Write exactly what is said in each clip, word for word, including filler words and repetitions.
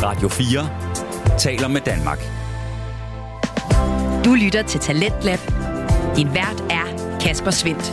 Radio fire taler med Danmark. Du lytter til Talentlab. Din vært er Kasper Svindt.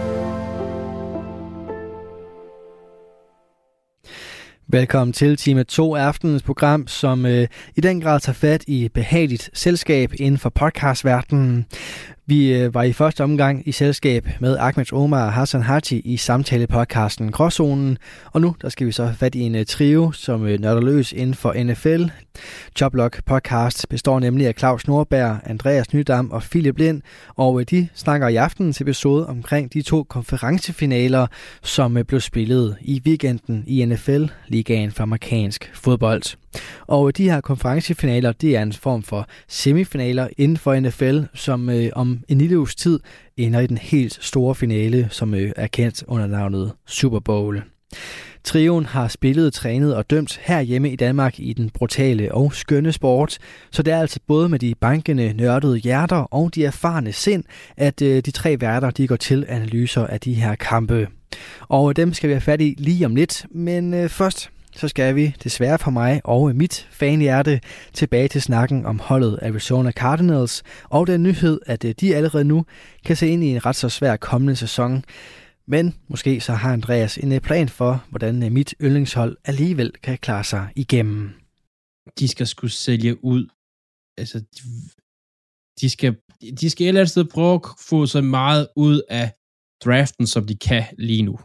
Velkommen til time to af aftenens program, som øh, i den grad tager fat i behageligt selskab inden for podcastverdenen. Vi øh, var i første omgang i selskab med Ahmed Omar og Hassan Haji i samtalepodcasten Gråzonen, og nu der skal vi så have fat i en uh, trio, som øh, nørder løs inden for N F L. Choplock podcast består nemlig af Claus Nordberg, Andreas Nydam og Philip Lind, og øh, de snakker i aftenens episode omkring de to konferencefinaler, som øh, blev spillet i weekenden i N F L, ligaen for amerikansk fodbold. Og de her konferencefinaler, det er en form for semifinaler inden for N F L, som øh, om en lille uges tid ender i den helt store finale, som øh, er kendt under navnet Super Bowl. Trioen har spillet, trænet og dømt herhjemme i Danmark i den brutale og skønne sport, så det er altså både med de bankende, nørdede hjerter og de erfarne sind, at øh, de tre værter de går til analyser af de her kampe. Og dem skal vi have fat i lige om lidt, men øh, først så skal vi, desværre for mig og mit fanhjerte, tilbage til snakken om holdet Arizona Cardinals, og den nyhed, at de allerede nu kan se ind i en ret så svær kommende sæson. Men måske så har Andreas en plan for, hvordan mit yndlingshold alligevel kan klare sig igennem. De skal skulle sælge ud. Altså, de, de skal, de skal et eller andet sted prøve at få så meget ud af draften, som de kan lige nu.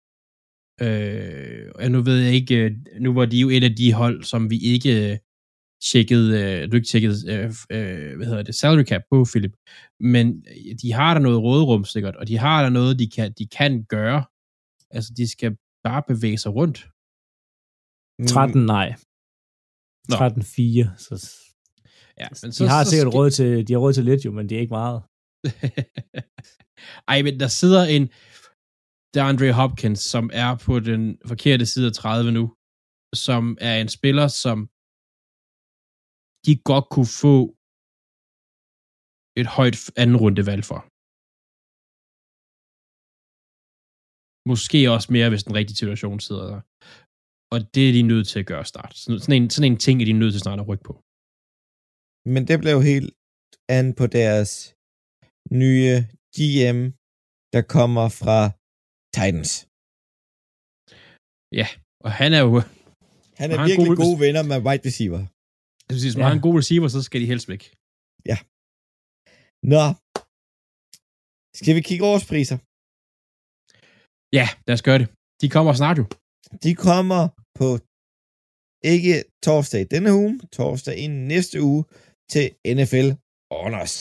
Øh, nu ved jeg ikke, nu var de jo et af de hold, som vi ikke tjekkede, du ikke tjekkede, øh, øh, hvad hedder det, salary cap på, Philip, men de har der noget råderum sikkert, og de har der noget, de kan, de kan gøre. Altså, de skal bare bevæge sig rundt. tretten nej. tretten fire. Så, ja, men de så, har så sikkert skal... råd til, de har råd til lidt jo, men det er ikke meget. Ej, men der sidder en DeAndre Hopkins, som er på den forkerte side af tredive nu, som er en spiller, som de godt kunne få et højt anden rundevalg for. Måske også mere, hvis den rigtige situation sidder der. Og det er de nødt til at gøre start. Sådan en, sådan en ting er de nødt til snart at rykke på. Men det blev helt an på deres nye G M, der kommer fra Titans. Ja, og han er jo... Han er virkelig gode, gode venner med wide receiver. Jeg synes, hvis man ja. har en god receiver, så skal de helst væk. Ja. Nå. Skal vi kigge årspriser? Ja, lad os gøre det. De kommer snart jo. De kommer på ikke torsdag denne uge, torsdag i næste uge til N F L Honors.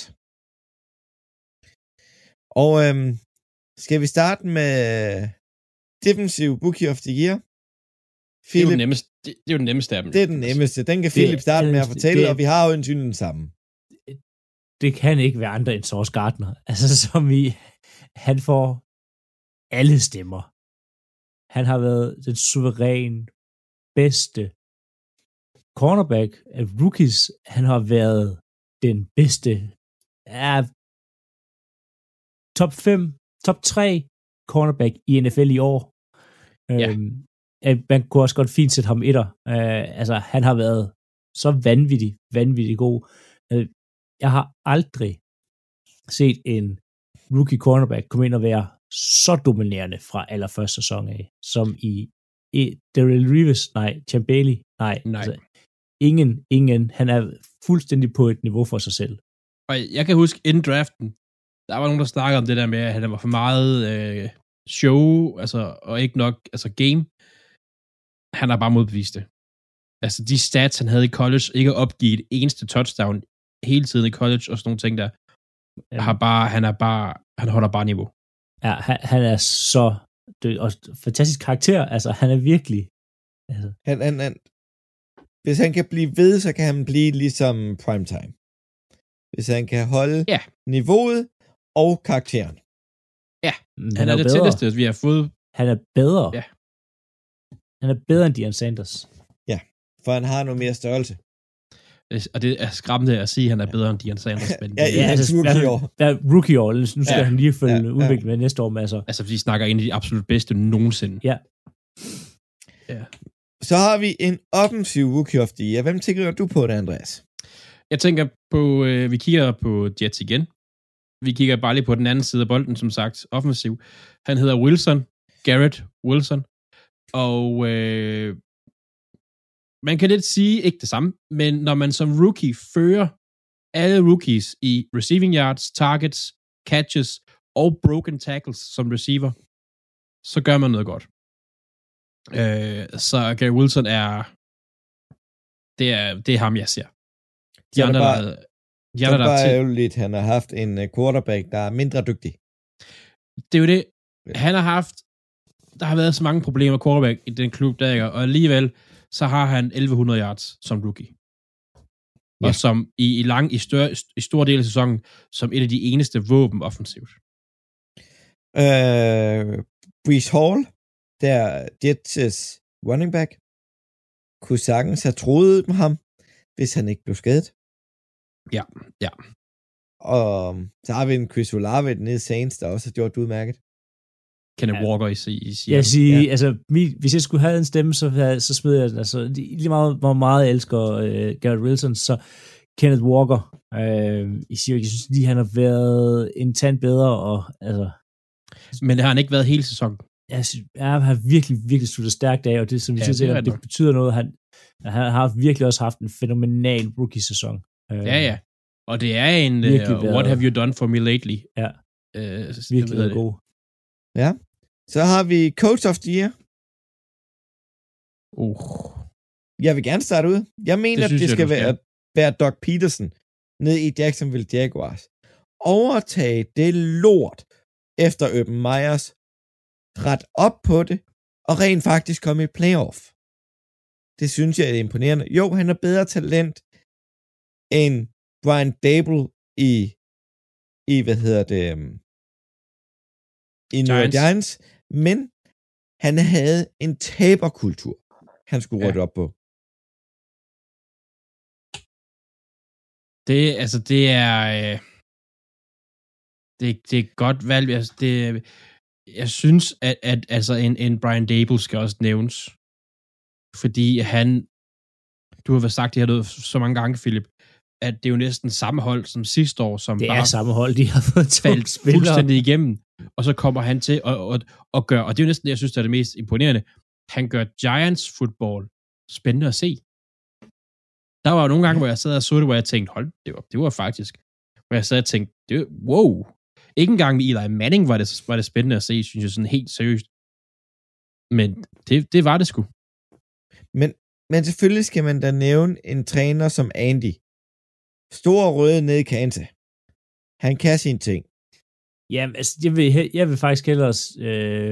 Og øhm, skal vi starte med Defensive Rookie of the Year? Philip, det, er jo den nemmeste, det, det er jo den nemmeste af dem. Det er den nemmeste. Den kan Philip starte med at fortælle, det, og vi har jo en tynd den sammen. Det kan ikke være andre end Sauce Gardner. Altså, som i, han får alle stemmer. Han har været den suveræn bedste cornerback af rookies. Han har været den bedste ja, top fem, top tre cornerback i N F L i år. Ja. Øhm, man kunne også godt fint sætte ham etter. Uh, altså, han har været så vanvittig, vanvittig god. Uh, jeg har aldrig set en rookie cornerback komme ind og være så dominerende fra allerførste sæson af, som i, i Darrell Reeves, nej, Champ Bailey, nej. nej. Altså, ingen, ingen. Han er fuldstændig på et niveau for sig selv. Og jeg kan huske, inden draften, der var nogen, der snakkede om det der med, at han var for meget øh, show, altså, og ikke nok, altså game. Han har bare modbevist det. Altså, de stats, han havde i college, ikke at opgive et eneste touchdown hele tiden i college, og sådan nogle ting der, ja. har bare, han er bare, han holder bare niveau. Ja, han, han er så, det er også fantastisk karakter, altså, han er virkelig, altså. Han, han, han, hvis han kan blive ved, så kan han blive ligesom primetime. Hvis han kan holde ja. niveauet og karakteren. Ja, han, han er, er det tætteste, vi har fået. Han er bedre. Ja. Han er bedre end Deion Sanders. Ja, for han har noget mere størrelse. Og det er skræmmende at sige, at han er bedre end Deion Sanders. Men ja, ja, altså, rookie-år. Der er rookie-år. Nu skal ja, han lige følge ja, udvikling med ja. næste år. Med, altså. altså, vi snakker en af de absolut bedste nogensinde. Ja. Ja. Så har vi en offensiv rookie of the year. Hvem tænker du på det, Andreas? Jeg tænker på, øh, vi kigger på Jets igen. Vi kigger bare lige på den anden side af bolden, som sagt, offensiv. Han hedder Wilson, Garrett Wilson. Og øh, man kan lidt sige, ikke det samme, men når man som rookie fører alle rookies i receiving yards, targets, catches og broken tackles som receiver, så gør man noget godt. Øh, så Garrett Wilson er det er, det er ham, jeg ser. De så andre, det er bare, der, de så andre, det der bare til, ærgerligt, han har haft en quarterback, der er mindre dygtig. det er jo det. Han har haft, der har været så mange problemer med quarterback i den klub, der ikke, og alligevel, så har han elleve hundrede yards som rookie. Ja. Og som i, i lang, i, større, i stor del af sæsonen, som et af de eneste våben offensivt. Øh, Breece Hall, der Jets' running back, kunne sagtens have troet med ham, hvis han ikke blev skadet. Ja, ja. Og så har vi en Chris Olave nede i Saints, der også har gjort det udmærket. Kenneth Ja. Walker i, i siger. Jeg siger, Ja. ja. altså, min, hvis jeg skulle have en stemme, så, så smed jeg den. Altså, lige meget, hvor meget jeg elsker øh, Garrett Wilson, så Kenneth Walker øh, i Syracuse, jeg synes lige, han har været en tand bedre, og altså... Men det har han ikke været hele sæsonen. Jeg, synes, jeg har virkelig, virkelig sluttet stærkt af, og det, som vi Ja, ja, siger, det er det, det nok. betyder noget. Han, han har virkelig også haft en fænomenal rookie-sæson. Øh, Ja, ja. Og det er en uh, Virkelig været- what have you done for me lately? Ja. Uh, Virkelig været god. Ja. Så har vi Coach of the Year. Uh. Jeg vil gerne starte ud. Jeg mener, Det det, synes det jeg, skal du skal. være, være Doug Peterson ned i Jacksonville Jaguars. Overtage det lort efter Urban Meyers. Ret op på det, og rent faktisk komme i playoff. Det synes jeg er imponerende. Jo, han er bedre talent end Brian Dable i, i hvad hedder det, um, i New York Giants. Giants, men han havde en taberkultur, han skulle Ja. rydde op på. Det, altså, det er... Øh, det, det er et godt valg. Altså, det, jeg synes, at, at altså, en, en Brian Dable skal også nævnes. Fordi han... Du har vel sagt det her noget så mange gange, Philip, at det er jo næsten samme hold som sidste år, som Det bare er samme hold, de har fået to faldt spillere. fuldstændig igennem. Og så kommer han til at, at, at gøre... Og det er jo næsten det, jeg synes, der er det mest imponerende. Han gør Giants football spændende at se. Der var jo nogle gange, hvor jeg sad og så det, hvor jeg tænkte, hold, det var, det var faktisk... Hvor jeg sad og tænkte, det var, wow. Ikke engang med Eli Manning var det, var det spændende at se, synes jeg, sådan helt seriøst. Men det, det var det sgu. Men, men selvfølgelig skal man da nævne en træner som Andy. Stor røde nede i Kansas. Han kan sine ting. Jamen, altså, jeg vil, he- jeg vil faktisk hellere, øh,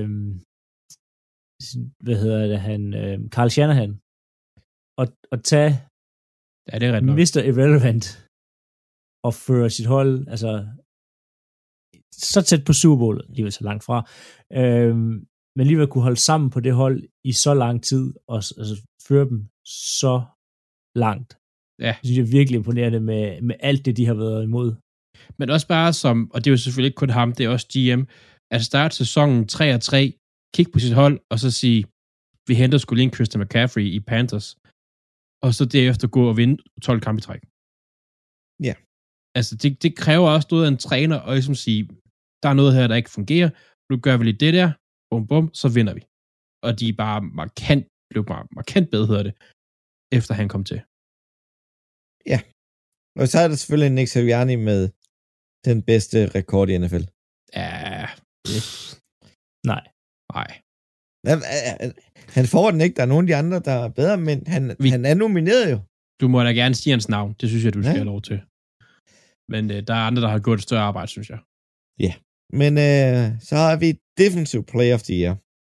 hvad hedder det, han, øh, Carl Shanahan, og, og tage Ja, det er ret nok. mister Irrelevant og føre sit hold, altså, så tæt på Super Bowl, alligevel så langt fra, øh, men alligevel kunne holde sammen på det hold i så lang tid, og altså, føre dem så langt. Ja. Det synes jeg er virkelig imponerende med, med alt det, de har været imod. Men også bare som, og det er jo selvfølgelig ikke kun ham, det er også G M, at starte sæsonen tre og tre, kigge på sit hold, og så sige, vi henter sgu lige en Christian McCaffrey i Panthers, og så derefter gå og vinde tolv kampe i træk. Ja. Altså, det, det kræver også noget af en træner, og ligesom sige, der er noget her, der ikke fungerer, nu gør vi lige det der, bum bum, så vinder vi. Og de er bare markant, blev bare markant bedre, hedder det, efter han kom til. Ja. Og så er der selvfølgelig Nick Sirianni med den bedste rekord i N F L. Ja, det, Nej. nej. Han får den ikke. Der er nogle af de andre, der er bedre, men han, Vi- han er nomineret jo. Du må da gerne sige hans navn. Det synes jeg, du skal Ja. have lov til. Men øh, der er andre, der har gjort et større arbejde, synes jeg. Men øh, så har vi Defensive Player of the Year.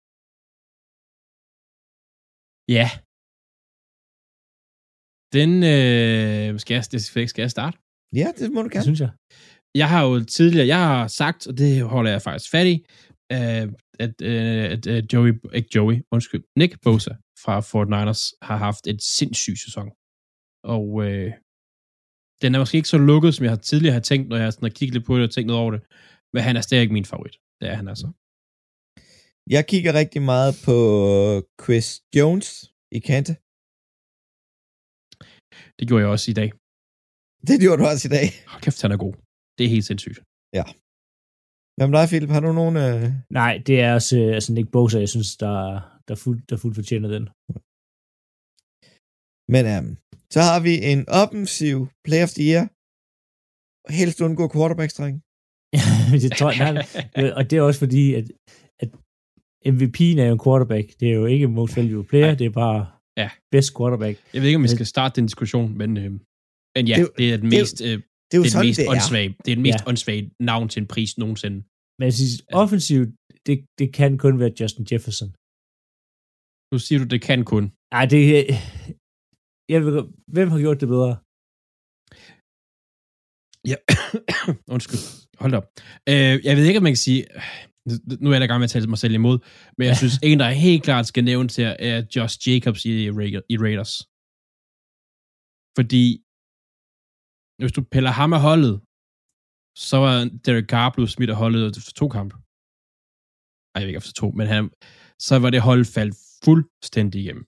Ja. Den, øh, skal, jeg, det skal jeg starte? Ja, det må du Det gerne. synes jeg. Jeg har jo tidligere, jeg har sagt, og det holder jeg faktisk fat i, øh, at, øh, at øh, Joey, ikke Joey, undskyld, Nick Bosa fra forty-niners har haft et sindssyg sæson. Og øh, den er måske ikke så lukket, som jeg har tidligere har tænkt, når jeg har kigget lidt på det og tænkt noget over det. Men han er stadig ikke min favorit. Det er han altså. Jeg kigger rigtig meget på Chris Jones i Kante. Det gjorde jeg også i dag. Det gjorde du også i dag. Hold kæft, han er god. Det er helt sindssygt. Ja. Hvad med dig, Philip? Har du nogen... Øh... Nej, det er også øh, altså Nick Bosa, jeg synes, der, der, fuld, der fuldt fortjener den. Men um, så har vi en offensiv player of the year. Helst undgå quarterback-streng. det tror jeg, nej, og det er også fordi, at, at M V P'en er jo en quarterback. Det er jo ikke most valuable player, det er bare ja. Best quarterback. Jeg ved ikke, om vi skal starte den diskussion, men, øh, men ja, det, det er det mest... Øh, Det er jo det er sådan, mest det er. åndssvage, det er det mest Ja. åndssvage navn til en pris nogensinde. Men jeg synes, offensivt, det, det kan kun være Justin Jefferson. Nu siger du, det kan kun. Nej, det jeg ved, hvem har gjort det bedre? Ja. Undskyld. Hold op. Øh, jeg ved ikke, om man kan sige... Nu er jeg da i gang med at tale mig selv imod, men jeg synes, en, der helt klart skal nævnes her, er Josh Jacobs i, i Raiders. Fordi hvis du piller ham af holdet, så var Derek Carr blevet smidt af holdet for to kampe. Ej, jeg ved ikke efter to, men han, så var det hold faldt fuldstændig igennem.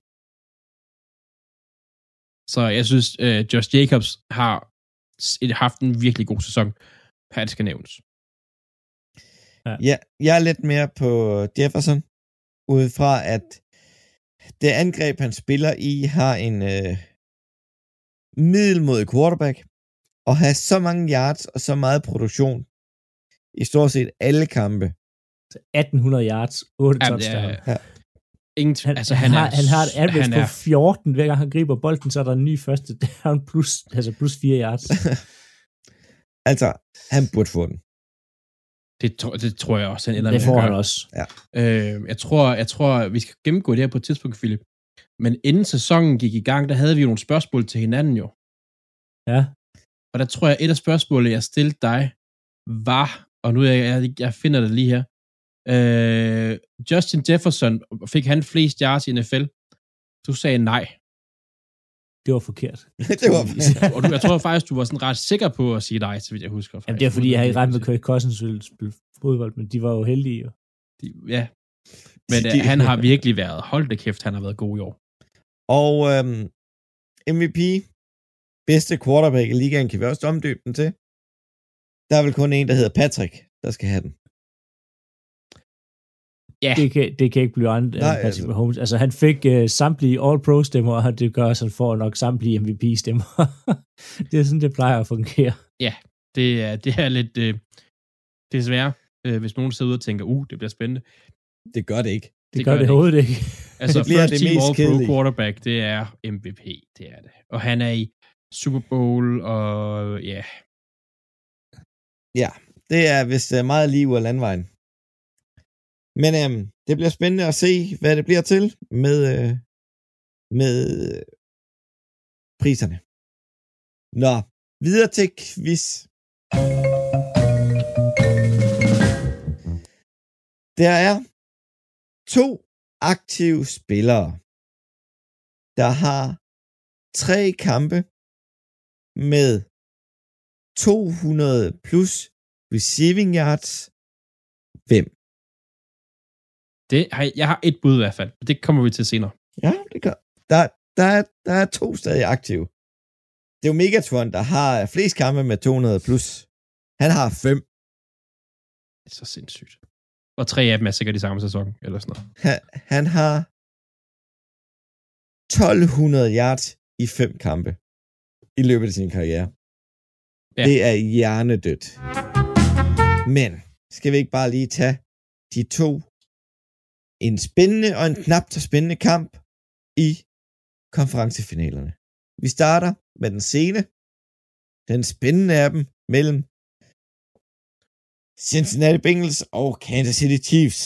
Så jeg synes, uh, Josh Jacobs har haft en virkelig god sæson. Her det skal nævnes. Ja. ja, jeg er lidt mere på Jefferson, udefra at det angreb, han spiller i, har en øh, middelmodig quarterback, og have så mange yards og så meget produktion i stort set alle kampe. atten hundrede yards, otte Jamen, touchdown. Ja. Ingen, han, altså, han, han, har, er, han har et average han på er, fjorten, hver gang han griber bolden, så er der en ny første down plus, altså plus fire yards. altså, han burde få den. Det, det tror jeg også, han ender det med får at han gøre. også. Ja. Øh, jeg, tror, jeg tror, vi skal gennemgå det her på et tidspunkt, Philip. Men inden sæsonen gik i gang, der havde vi jo nogle spørgsmål til hinanden jo. Ja. Og der tror jeg, et af spørgsmålene, jeg stillede dig, var, og nu jeg, jeg, jeg finder det lige her, øh, Justin Jefferson, fik han flest yards i N F L? Du sagde nej. Det var forkert. det var og du, jeg tror faktisk, du var sådan ret sikker på at sige nej, så vidt jeg husker. Jamen, det er fordi, jeg havde ikke ret med Kirk Cousins ville spille fodbold, men de var jo heldige. Jo. De, ja. Men øh, han har virkelig været, hold da kæft, han har været god i år. Og øhm, M V P, bedste quarterback i ligaen, kan vi også omdøbe den til. Der er vel kun en, der hedder Patrick, der skal have den. Ja. Det kan, det kan ikke blive andet end Patrick altså. Mahomes. Altså, han fik uh, samtlige All-Pro-stemmer, og det gør, så han får nok samtlige M V P-stemmer. Det er sådan, det plejer at fungere. Ja, det er, det er lidt øh, desværre, øh, hvis nogen sidder ud og tænker, uh, det bliver spændende. Det gør det ikke. Det, det gør det overhovedet ikke. Altså, det bliver first det team mest All-Pro kedelige. quarterback, det er M V P, det er det. Og han er i Super Bowl, og ja. Ja, det er vist uh, meget lige ud af landvejen. Men øhm, det bliver spændende at se, hvad det bliver til med, øh, med priserne. Nå, videre til quiz. Der er to aktive spillere, der har tre kampe med to hundrede plus receiving yards. Hvem? Det har, jeg har et bud i hvert fald, det kommer vi til senere. Ja, det gør. Der, der, er, der er to stadig aktive. Det er jo Megatron, der har flest kampe med to hundrede plus. Han har fem. Det er så sindssygt. Og tre af dem er sikkert i samme sæson, eller sådan noget. Han, han har tolv hundrede yards i fem kampe i løbet af sin karriere. Ja. Det er hjernedødt. Men skal vi ikke bare lige tage de to, en spændende og en knap så spændende kamp i konferencefinalerne. Vi starter med den sene, den spændende af dem, mellem Cincinnati Bengals og Kansas City Chiefs.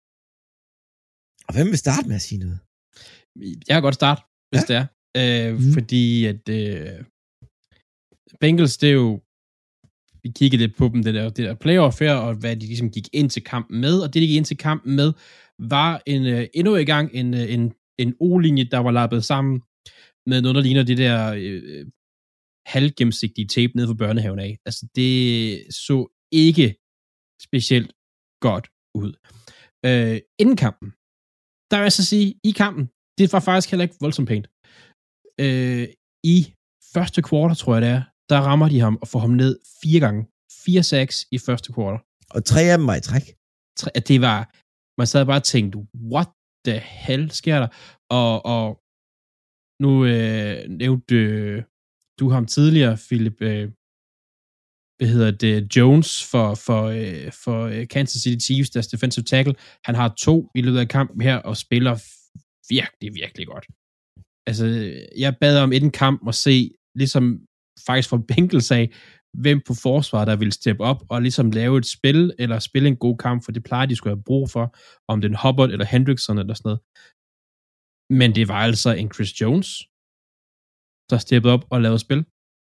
Og hvem vil starte med at sige noget? Jeg kan godt starte, hvis ja? det er. Øh, mm. Fordi at øh, Bengals, det er jo, vi kiggede lidt på dem, det der, det der playoff her, og hvad de ligesom gik ind til kampen med, og det de gik ind til kampen med, var en, øh, endnu en gang en, øh, en, en O-linje, der var lappet sammen med noget, der ligner det der øh, halvgennemsigtige tape nede for børnehaven af. Altså, det så ikke specielt godt ud. Øh, inden kampen, der vil jeg så sige, i kampen, det var faktisk heller ikke voldsomt pænt. Øh, I første kvartal, tror jeg det er, der rammer de ham og får ham ned fire gange. Fire sacks i første kvartal. Og tre af dem var i træk. Det var, man sad bare og tænkte, what the hell sker der? Og, og nu øh, nævnte øh, du ham tidligere, Philip, øh, hvad hedder det, Jones for, for, øh, for Kansas City Chiefs, deres defensive tackle. Han har to i løbet af kampen her, og spiller virkelig, virkelig godt. Altså, jeg bad om en kamp og se, ligesom faktisk fra Bengals af, hvem på forsvaret, der ville steppe op og ligesom lave et spil, eller spille en god kamp, for det plejer de skulle have brug for, om den Hubbard eller Hendrickson eller sådan noget. Men det var altså en Chris Jones, der steppede op og lavede spil.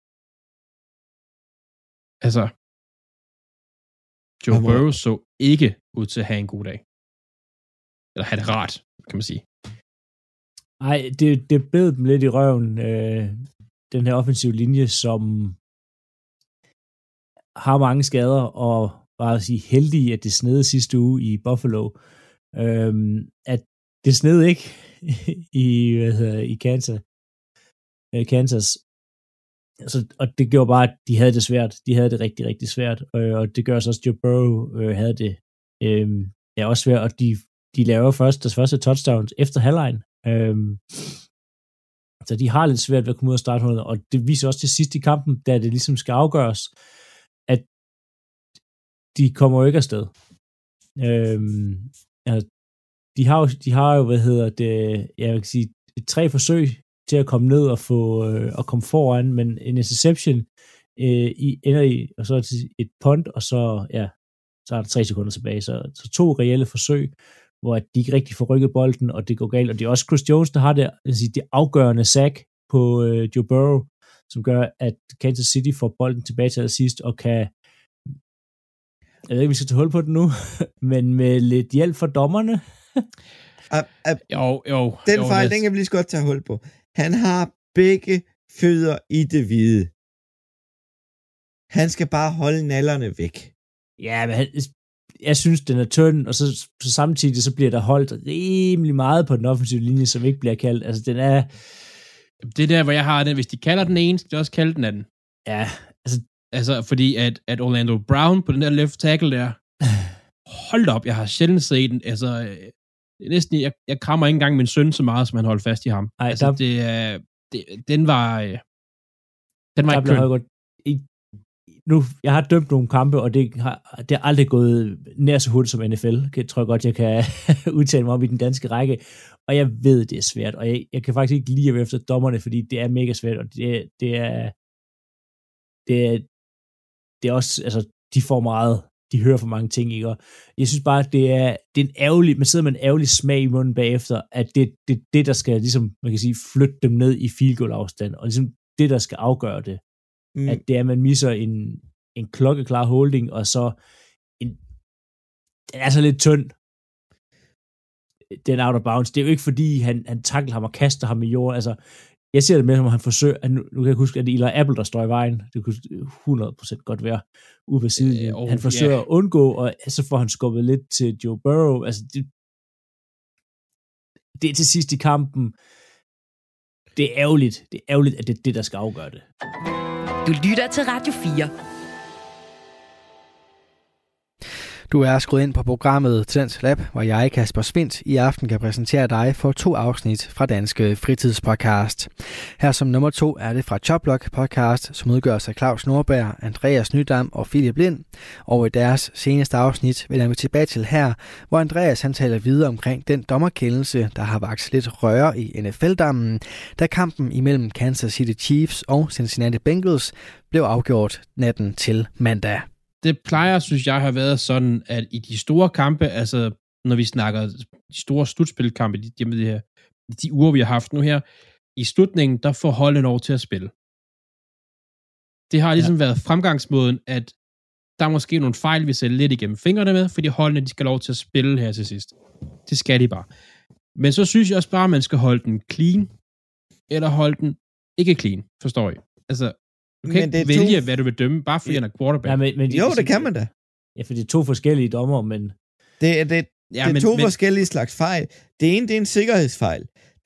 Altså, Joe Burrow så ikke ud til at have en god dag. Eller have det rart, kan man sige. Nej, det, det bed dem lidt i røven, øh, den her offensive linje, som har mange skader, og bare at sige heldige, at det snede sidste uge i Buffalo. Øhm, at det snede ikke i, hvad hedder, i Kansas. Øh, Kansas. Altså, og det gjorde bare, at de havde det svært. De havde det rigtig, rigtig svært. Øh, og det gør så også, at Joe Burrow øh, havde det øh, ja, også svært. Og de, de laver først deres første touchdowns efter halvlejen. Øh, så de har lidt svært ved at komme ud af startholdet. Og det viser også til sidst i kampen, da det ligesom skal afgøres, at de kommer jo ikke afsted. Øhm, altså, de har jo, de har jo, hvad hedder det, jeg vil sige, tre forsøg til at komme ned og få, øh, og komme foran, men en interception øh, i, ender i, og så et punt, og så, ja, så er der tre sekunder tilbage, så, så to reelle forsøg, hvor de ikke rigtig får rykket bolden, og det går galt, og det er også Chris Jones, der har det, altså, det afgørende sack på øh, Joe Burrow, som gør, at Kansas City får bolden tilbage til sidst, og kan, jeg ved ikke, vi skal tage hul på det nu, men med lidt hjælp fra dommerne. uh, uh, jo, jo. Den jo, fejl, den kan vi lige så godt tage hul på. Han har begge fødder i det hvide. Han skal bare holde nallerne væk. Ja, men han, jeg synes, den er tynd, og så, så samtidig så bliver der holdt rimelig meget på den offensive linje, som ikke bliver kaldt. Altså, den er... Det er der, hvor jeg har den. Hvis de kalder den ene, skal de også kalde den anden. Ja, altså... Altså, fordi at, at Orlando Brown på den der left tackle der, hold op, jeg har sjældent set den. Altså, næsten, jeg, jeg krammer ikke engang min søn så meget, som han holdt fast i ham. Ej, altså, der, det, det, den var... Den var ikke køn. Nu, jeg har dømt nogle kampe, og det har, det har aldrig gået nær så hurtigt som N F L. Jeg tror godt, jeg kan udtale mig om i den danske række. Og jeg ved, det er svært. Og jeg, jeg kan faktisk ikke lide at være efter dommerne, fordi det er mega svært, og det, det er... Det er, det er også, altså, de får meget, de hører for mange ting, ikke? Og jeg synes bare, at det er, det er en ærgerlig, man sidder med en ærgerlig smag i munden bagefter, at det er det, det, der skal, ligesom, man kan sige, flytte dem ned i field goal afstand, og ligesom det, der skal afgøre det, mm. at det er, at man misser en, en klokkeklar holding, og så en, den er så lidt tynd, den out of bounds. Det er jo ikke, fordi han, han tackler ham og kaster ham i jorden, altså, jeg ser det med, som han forsøger, at nu, nu kan jeg huske, at det er Eli Apple, der står i vejen. Det kunne hundrede procent godt være ude på siden. Øh, oh, han forsøger yeah. at undgå, og så får han skubbet lidt til Joe Burrow. Altså, det, det er til sidst i kampen. Det er ærgerligt. Det er ærgerligt, at det er det, der skal afgøre det. Du lytter til Radio fire. Du er skruet ind på programmet Tidens Lab, hvor jeg, Kasper Svindt, i aften kan præsentere dig for to afsnit fra Danske Fritidspodcast. Her som nummer to er det fra Choplock podcast, som udgøres af Claus Nordberg, Andreas Nydam og Philip Lind. Og i deres seneste afsnit vender vi tilbage til her, hvor Andreas han taler videre omkring den dommerkendelse, der har vakt lidt røre i N F L-dammen, da kampen imellem Kansas City Chiefs og Cincinnati Bengals blev afgjort natten til mandag. Det plejer, synes jeg, har været sådan, at i de store kampe, altså når vi snakker de store slutspilkampe, de, de, her, de uger, vi har haft nu her, i slutningen, der får holdene lov til at spille. Det har ligesom ja. været fremgangsmåden, at der er måske nogle fejl, vi ser lidt igennem fingrene med, fordi holdene, de skal lov til at spille her til sidst. Det skal de bare. Men så synes jeg også bare, at man skal holde den clean, eller holde den ikke clean, forstår I? Altså, du kan men ikke vælge, to... hvad du vil dømme, bare fordi han er quarterback. Ja, men, men jo, det kan man da. Ja, for det er to forskellige dommer, men... Det, det, ja, det er men, to men... forskellige slags fejl. Det ene, det er en sikkerhedsfejl.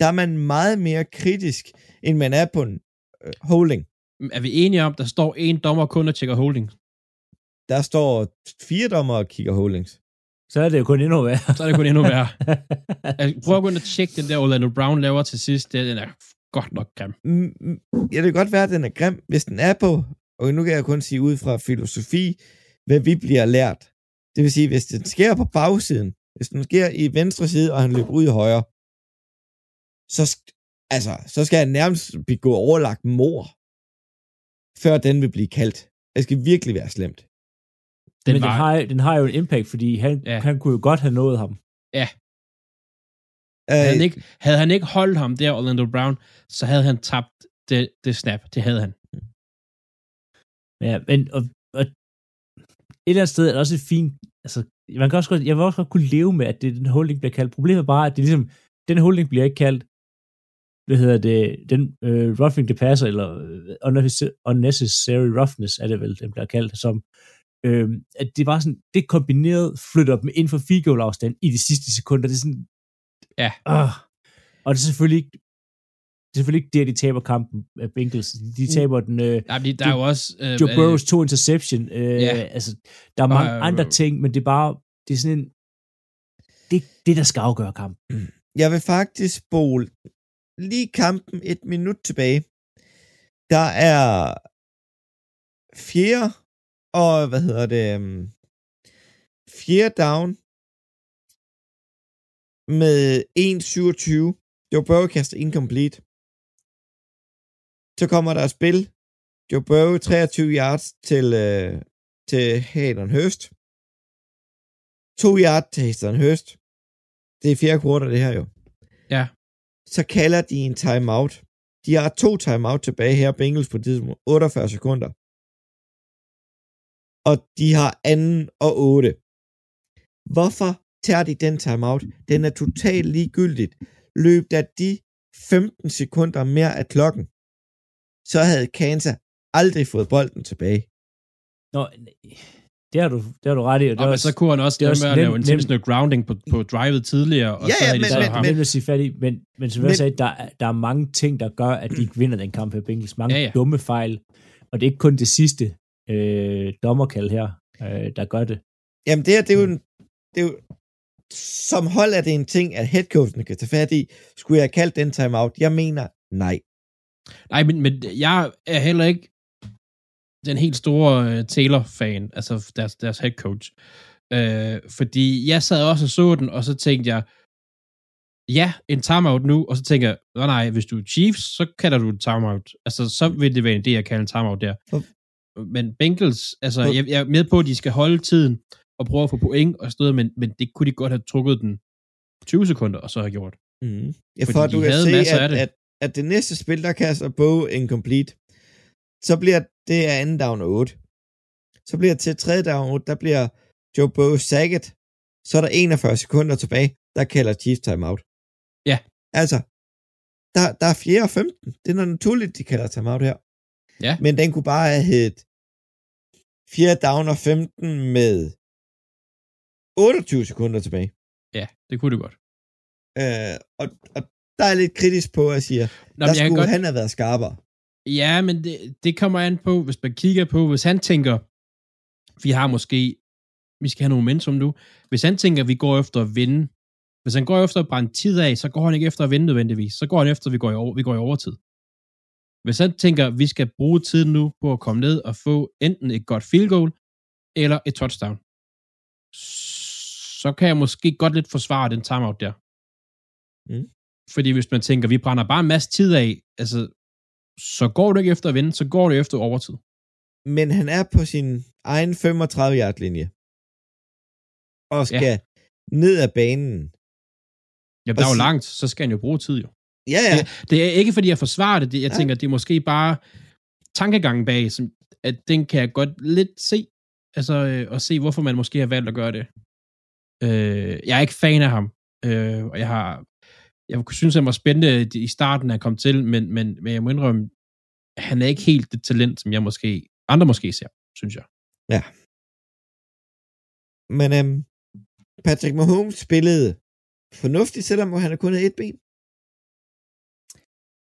der er man meget mere kritisk, end man er på en øh, holding. Er vi enige om, der står en dommer kun og tjekker holding? Der står fire dommer og kigger holdings. Så er det jo kun endnu værre. Så er det kun endnu værre. Prøv at gå ind og tjekke den der Orlando Brown laver til sidst. Den er godt nok grim. Mm, ja, det kan godt være, at den er grim, hvis den er på, og nu kan jeg kun sige ud fra filosofi, hvad vi bliver lært. Det vil sige, hvis den sker på bagsiden, hvis den sker i venstre side, og han løber ud i højre, så, altså, så skal han nærmest begå overlagt mord, før den vil blive kaldt. Det skal virkelig være slemt. Den Men var... den, har, den har jo en impact, fordi han, ja. han kunne jo godt have nået ham. Ja. Havde han, ikke, havde han ikke holdt ham der, Orlando Brown, så havde han tabt det, det snap. Det havde han. Ja, men og, og et eller andet sted er det også et fint, altså, man kan også godt, jeg vil også godt kunne leve med, at det, den holding bliver kaldt. Problemet er bare, at det ligesom, den holding bliver ikke kaldt, hvad hedder det, den øh, roughing the passer, eller unnecessary roughness, er det vel, den bliver kaldt som, øh, at det var sådan, det kombineret flytter dem ind for field goal afstand i de sidste sekunder, det er sådan, ja. Øh, og det er selvfølgelig ikke, det er selvfølgelig ikke der, de taber kampen af Bengals. De taber den... Øh, ja, de, der er jo også... Øh, Joe Burrows to interception. Øh, ja. Altså, der er mange og, andre ting, men det er bare... Det er sådan en... Det er det, der skal afgøre kampen. Jeg vil faktisk spole lige kampen et minut tilbage. Der er fjerde og... Hvad hedder det? Fjerde down med en syvogtyve. Joe Burrow kaster incomplete. Så kommer der et spil. Joe Burrow treogtyve yards til, øh, til Hayden Hurst. to yards til Hayden Hurst. Det er fjerde kvartal, det her jo. Ja. Så kalder de en timeout. De har to timeout tilbage her, Bengals på tidspunkt otteogfyrre sekunder. Og de har anden og otte. Hvorfor tager de den timeout? Den er totalt ligegyldigt. Løb der de femten sekunder mere af klokken, så havde Kansas aldrig fået bolden tilbage. Nå, det har du, det har du ret i. Og, og også, så kunne han også, også med at lave en intentional grounding på, på drivet tidligere, og ja, ja, ja, så havde de men, så men, ham. men, Men, sige fat i, men, men som jeg sagde, der, der er mange ting, der gør, at de ikke vinder den kamp her Bengals. Mange ja, ja. dumme fejl, og det er ikke kun det sidste øh, dommerkald her, øh, der gør det. Jamen det her, det er jo, en, det er jo som hold er det en ting, at headcoachen kan tage fat i. Skulle jeg have kaldt den timeout? Jeg mener, nej. Nej, men, men jeg er heller ikke den helt store uh, Taylor-fan, altså deres, deres head coach. Uh, fordi jeg sad også og så den, og så tænkte jeg, ja, en timeout nu, og så tænker jeg, nej, nej, hvis du er Chiefs, så kalder du en timeout. Altså, så vil det være en idé at kalde en timeout der. For... Men Bengals, altså, jeg, jeg er med på, at de skal holde tiden, og prøve at få point og sådan noget, men, men det kunne de godt have trukket den tyve sekunder, og så have gjort. Mm. Ja, for du kan se, at, at, at det næste spil, der kaster Bo incomplete, så bliver det af anden down otte. Så bliver det til tredje down otte, der bliver Joe Bo sacket, så er der enogfyrre sekunder tilbage, der kalder Chiefs timeout. Ja. Altså, der, der er fjerde og femten. Det er noget naturligt, de kalder timeout her. Ja. Men den kunne bare have heddet fjerde down og femten med otteogtyve sekunder tilbage. Ja, det kunne det godt. Øh, og, og der er lidt kritisk på, at jeg siger, Nå, der skulle godt... han have været skarpere. Ja, men det, det kommer an på, hvis man kigger på, hvis han tænker, vi har måske, vi skal have noget momentum nu, hvis han tænker, vi går efter at vinde, hvis han går efter at brænde tid af, så går han ikke efter at vinde nødvendigvis, så går han efter, at vi går i, over, vi går i overtid. Hvis han tænker, vi skal bruge tiden nu på at komme ned og få enten et godt field goal, eller et touchdown, så kan jeg måske godt lidt forsvare den timeout der. Mm. Fordi hvis man tænker, vi brænder bare en masse tid af, altså, så går du ikke efter at vinde, så går du efter overtid. Men han er på sin egen femogtredive yard linje og skal ja. ned ad banen. Ja, der er jo langt, så skal han jo bruge tid jo. Ja, ja. Det, det er ikke fordi, jeg forsvarer det. Jeg ja. tænker, det er måske bare tankegangen bag, som, at den kan jeg godt lidt se, altså, øh, og se, hvorfor man måske har valgt at gøre det. Øh, jeg er ikke fan af ham, øh, og jeg har, jeg synes, han var spændende i starten, han kom til, men, men, men jeg må indrømme, han er ikke helt det talent, som jeg måske, andre måske ser, synes jeg. Ja. Men øhm, Patrick Mahomes spillede fornuftigt, selvom han kun havde et ben.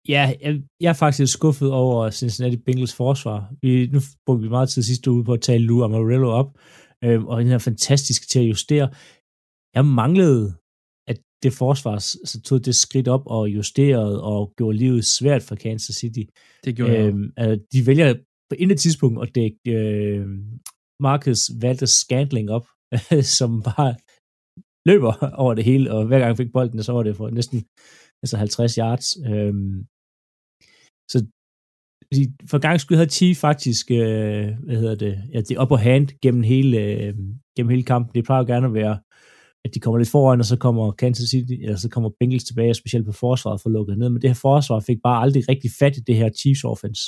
Ja, jeg, jeg er faktisk skuffet over Cincinnati Bengals forsvar. Vi, nu brugte vi meget tid sidste uge på at tale Lou Amarillo op, øh, og den er fantastisk til at justere. Jeg manglede, at det forsvar så tog det skridt op og justerede og gjorde livet svært for Kansas City. Det gjorde øh, jeg. De vælger på intet tidspunkt at dække øh, Marcus Valdes-Scantling op, som bare løber over det hele, og hver gang han fik bolden, så var det for næsten altså halvtreds yards. Øhm, så for gang skyld havde Chiefs faktisk, øh, hvad hedder det, ja, det upper hand gennem hele, øh, gennem hele kampen. Det plejer gerne at være, at de kommer lidt foran, og så kommer Kansas City, eller så kommer Bengals tilbage, specielt på forsvaret for lukket ned. Men det her forsvar fik bare aldrig rigtig fat i det her Chiefs offense.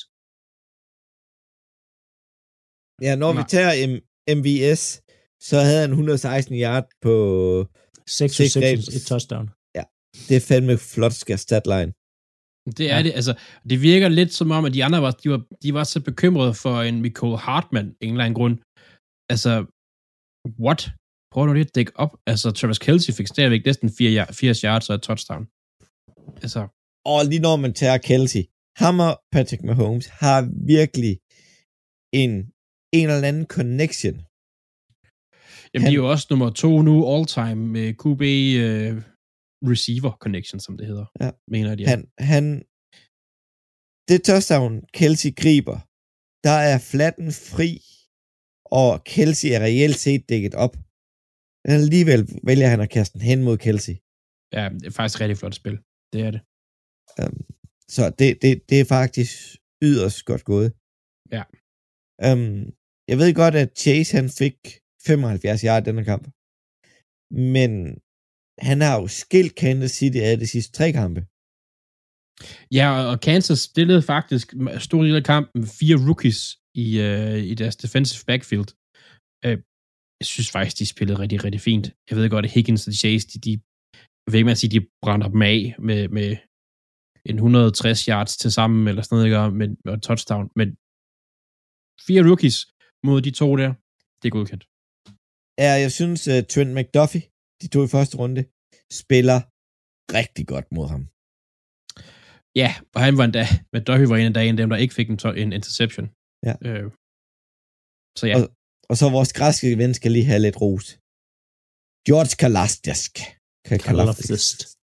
Ja, når Nej. vi tager M V S, så havde han et hundrede og seksten yard på seks receptions, et touchdown. Ja, det er fandme flot statline. Det er ja. det, altså, det virker lidt som om, at de andre var, de var, de var så bekymrede for en Mecole Hardman, en eller anden grund. Altså, what? Prøv nu lige at dække op. Altså, Travis Kelce fik stadigvæk næsten firs yards og et touchdown. Altså. Og lige når man tager Kelce, ham og Patrick Mahomes har virkelig en, en eller anden connection. Jamen, han, de er jo også nummer to nu all-time med Q B uh, receiver connection, som det hedder. Ja. Mener de. Han, han, det touchdown, Kelce griber, der er flatten fri, og Kelce er reelt set dækket op. Alligevel vælger han at kaste den hen mod Kelce. Ja, det er faktisk et rigtig flot spil. Det er det. Um, så det, det, det er faktisk yderst godt gået. Ja. Um, jeg ved godt, at Chase han fik femoghalvfjerds yard i denne kamp. Men han har jo skilt Kansas City af de sidste tre kampe. Ja, og Kansas stillede faktisk stor del af kampen fire rookies i, uh, i deres defensive backfield. Uh, jeg synes faktisk, de spillede rigtig, rigtig fint. Jeg ved godt, at Higgins og Chase, de, de jeg ved ikke, man siger, de brænder dem af med, med en et hundrede og tres yards til sammen, eller sådan noget, ikke? Med, med et touchdown. Men fire rookies mod de to der, det er godkendt. Ja, jeg synes, uh, Trent McDuffie, de to i første runde, spiller rigtig godt mod ham. Ja, og han var endda, McDuffie var en af dagen dem, der ikke fik en, to- en interception. Ja. Øh, så ja. Og, og så vores græske ven skal lige have lidt ros. George Karlaftis. Karlaftis.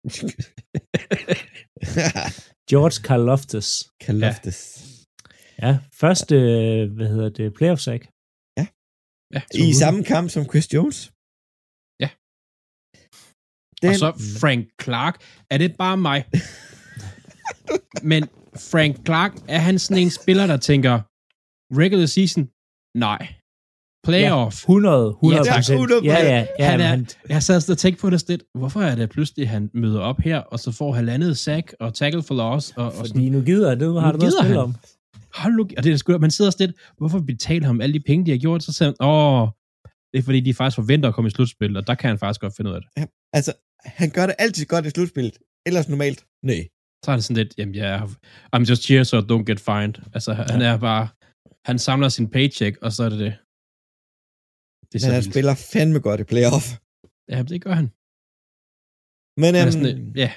George Karlaftis. Karlaftis. Ja, første, hvad hedder det, playoff sack. Ja. ja I samme kamp som Chris Jones. Ja. Den... Og så Frank Clark. Er det bare mig? Men Frank Clark, er han sådan en spiller, der tænker, regular season? Nej. Playoff? Ja, hundrede, hundrede procent. Ja, ja, ja, ja. Han er, han... Jeg sad og tænkte på det lidt. Hvorfor er det pludselig, han møder op her, og så får halvandet sack og tackle for loss? Og, og Fordi nu gider jeg, det har du noget at spille om. Hold nu, og det er sgu, man sidder og lidt, hvorfor betaler ham alle de penge, de har gjort? Så siger han, åh, det er fordi, de faktisk forventer at komme i slutspil, og der kan han faktisk godt finde ud af det. Ja, altså, han gør det altid godt i slutspillet. Ellers normalt, nej. Så er det sådan lidt, jamen ja, yeah, I'm just here so don't get fined. Altså, ja. han er bare, han samler sin paycheck, og så er det det. Det er Men han vildt. Spiller fandme godt i playoff. Ja, det gør han. Men, um, sådan, ja.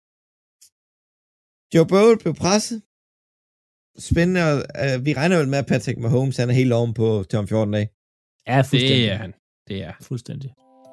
Joe Burrow blev presset. Spændende. Uh, vi regner vel med, at Patrick Mahomes, han er helt oven på til om fjorten dage. Ja, fuldstændig. Det er han. Det er fuldstændig.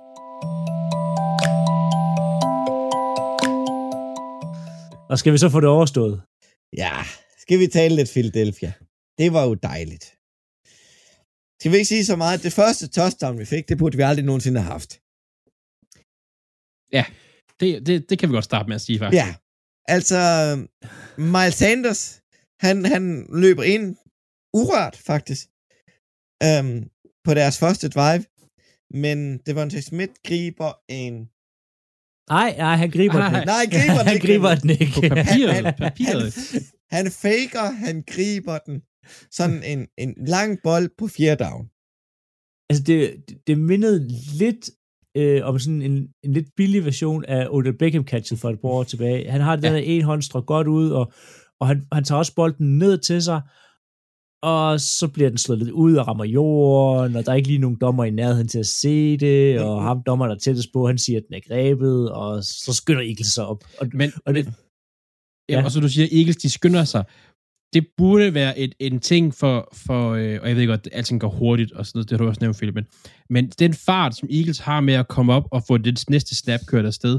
Og skal vi så få det overstået? Ja, skal vi tale lidt Philadelphia. Det var jo dejligt. Skal vi ikke sige så meget? Det første touchdown, vi fik, det burde vi aldrig nogensinde have haft. Ja, det, det, det kan vi godt starte med at sige, faktisk. Ja, altså, Miles Sanders, han, han løber ind urørt, faktisk, øhm, på deres første drive, men Devontae Smith griber en... Nej, nej, han griber ah, den ikke. Nej, han griber den han ikke. griber den ikke. På papiret. Han, han, papiret. Han, han faker, han griber den. Sådan en, en lang bold på fjerde down. Altså, det, det mindede lidt øh, om sådan en, en lidt billig version af Odell Beckham-catchet for et par år tilbage. Han har den her en håndstrøg godt ud, og, og han, han tager også bolden ned til sig, og så bliver den slået lidt ud og rammer jorden, og der er ikke lige nogen dommer i nærheden til at se det, og ham dommer, der tættest på, han siger, at den er grebet, og så skynder Eagles sig op. Og, men, og det, ja. Og så du siger, Eagles, de skynder sig. Det burde være et, en ting for, for øh, og jeg ved godt, at alting går hurtigt, og sådan noget, det har du også nævnt, Philip, men, men den fart, som Eagles har med at komme op og få det næste snap kørt afsted,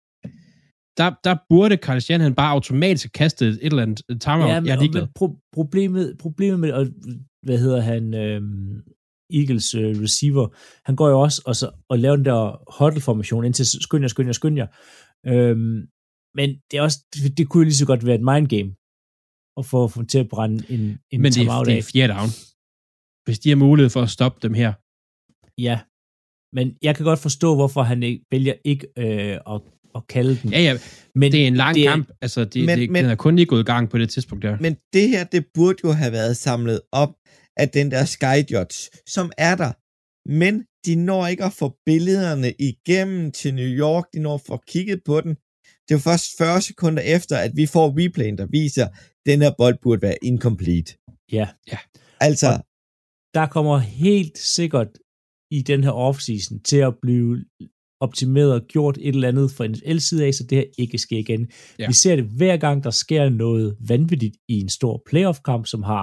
der, der burde Kyle Shanahan bare automatisk kaste et eller andet timeout. Ja, men, jeg er ligeglad. pro- problemet, problemet med, og, hvad hedder han, øhm, Eagles øh, receiver, han går jo også og, så, og laver den der huddle-formation, indtil skynd jer, skynd jer, skynd jer. Øhm, men det er også, det kunne jo lige så godt være et mind game, og få dem til at brænde en, en men det er, det er fjerde down. Hvis de har mulighed for at stoppe dem her. Ja, men jeg kan godt forstå, hvorfor han ikke, vælger ikke øh, at, at kalde den. Ja, ja, men det er en lang det er, kamp. Altså, det, men, det, men, den er kun lige gået i gang på det tidspunkt der. Men det her, det burde jo have været samlet op af den der Sky Judge, som er der. Men de når ikke at få billederne igennem til New York. De når at få kigget på den. Det er jo først fyrre sekunder efter, at vi får replayen, der viser, at den her bold burde være incomplete. Ja. ja. Altså. Og der kommer helt sikkert i den her offseason til at blive optimeret og gjort et eller andet fra N F L-side af, så det her ikke sker igen. Ja. Vi ser det hver gang, der sker noget vanvittigt i en stor playoff-kamp, som har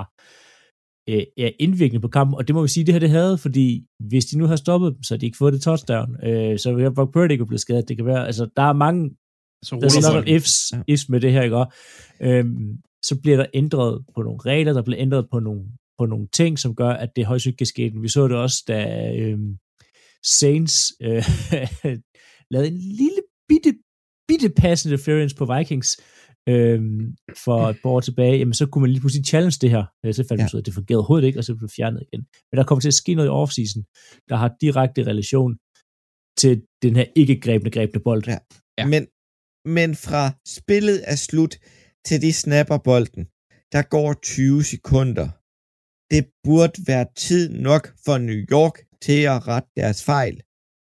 øh, er indvirkende på kampen, og det må vi sige, det her det havde, fordi hvis de nu har stoppet dem, så har de ikke fået det touchdown, øh, så vil Brock Purdy ikke blive skadet. Det kan være, altså der er mange så der er noget ifs, ifs med det her, ikke? Øhm, så bliver der ændret på nogle regler, der bliver ændret på nogle, på nogle ting, som gør, at det højst ikke kan ske. Vi så det også, da øhm, Saints øh, lavede en lille bitte, bitte pass interference på Vikings øhm, for et par år tilbage. Jamen, så kunne man lige pludselig challenge det her. Så fandt man ja. ud af, at det fungerede overhovedet ikke, og så blev det fjernet igen. Men der kommer til at ske noget i offseason, der har direkte relation til den her ikke-grebne, grebne bold. Ja. Ja. Men Men fra spillet er slut, til de snapper bolden, der går tyve sekunder. Det burde være tid nok for New York til at rette deres fejl.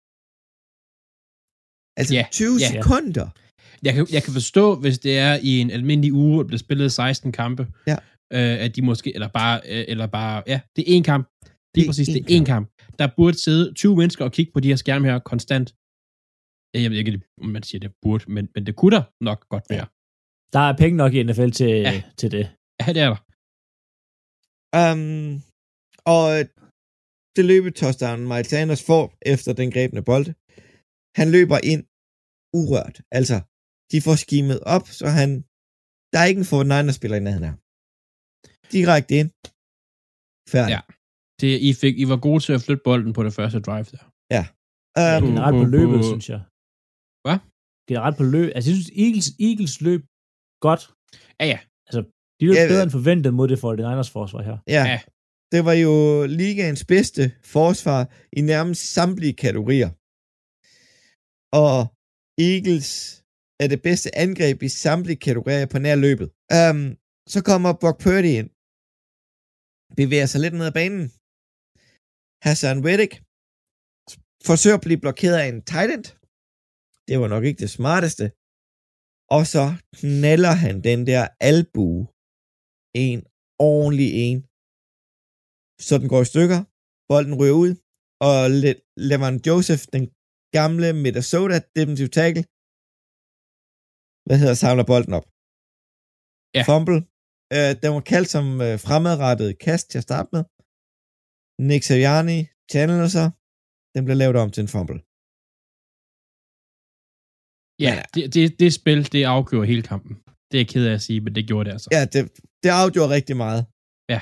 Altså yeah, tyve yeah. sekunder. Jeg kan, jeg kan forstå, hvis det er i en almindelig uge, at der bliver spillet seksten kampe, ja. øh, at de måske, eller bare, øh, eller bare, ja, det er én kamp. Det er præcis, det er én kamp. Der burde sidde tyve mennesker og kigge på de her skærme her konstant. Jeg ved ikke, om man siger, det burde, men, men det kunne der nok godt være. Der er penge nok i N F L til, ja. til det. Ja, det er der. Um, og det løbetouchdown, Miles Sanders får efter den grebne bold, han løber ind urørt. Altså, de får skimet op, så han, der er ikke en Fort Niners-spiller i nærheden her. Direkte ind. Færdig. Ja. Det, I, fik, I var gode til at flytte bolden på det første drive der. Ja. Um, generelt på løbet, synes jeg. Hvad? Generelt på løb. Altså, jeg synes, Eagles, Eagles løb godt. Ja, ja. Altså, de løb ja, bedre end forventet mod det for det Niners forsvar her. Ja. ja. Det var jo ligaens bedste forsvar i nærmest samtlige kategorier. Og Eagles er det bedste angreb i samtlige kategorier på nær løbet. Um, så kommer Brock Purdy ind. Bevæger sig lidt ned ad banen. Hassan Reddick forsøger at blive blokeret af en tight end. Det var nok ikke det smarteste. Og så knaller han den der albue. En ordentlig en. Så den går i stykker. Bolden ryger ud. Og Le- Levan Joseph, den gamle Minnesota defensive tackle, hvad hedder, samler bolden op. Ja. Fumble. Uh, den var kaldt som uh, fremadrettet kast til at starte med. Nick Sirianni channeler sig. Den blev lavet om til en fumble. Ja, det, det, det spil, det afgjorde hele kampen. Det er jeg ked af at sige, men det gjorde det altså. Ja, det, det afgjorde rigtig meget. Ja.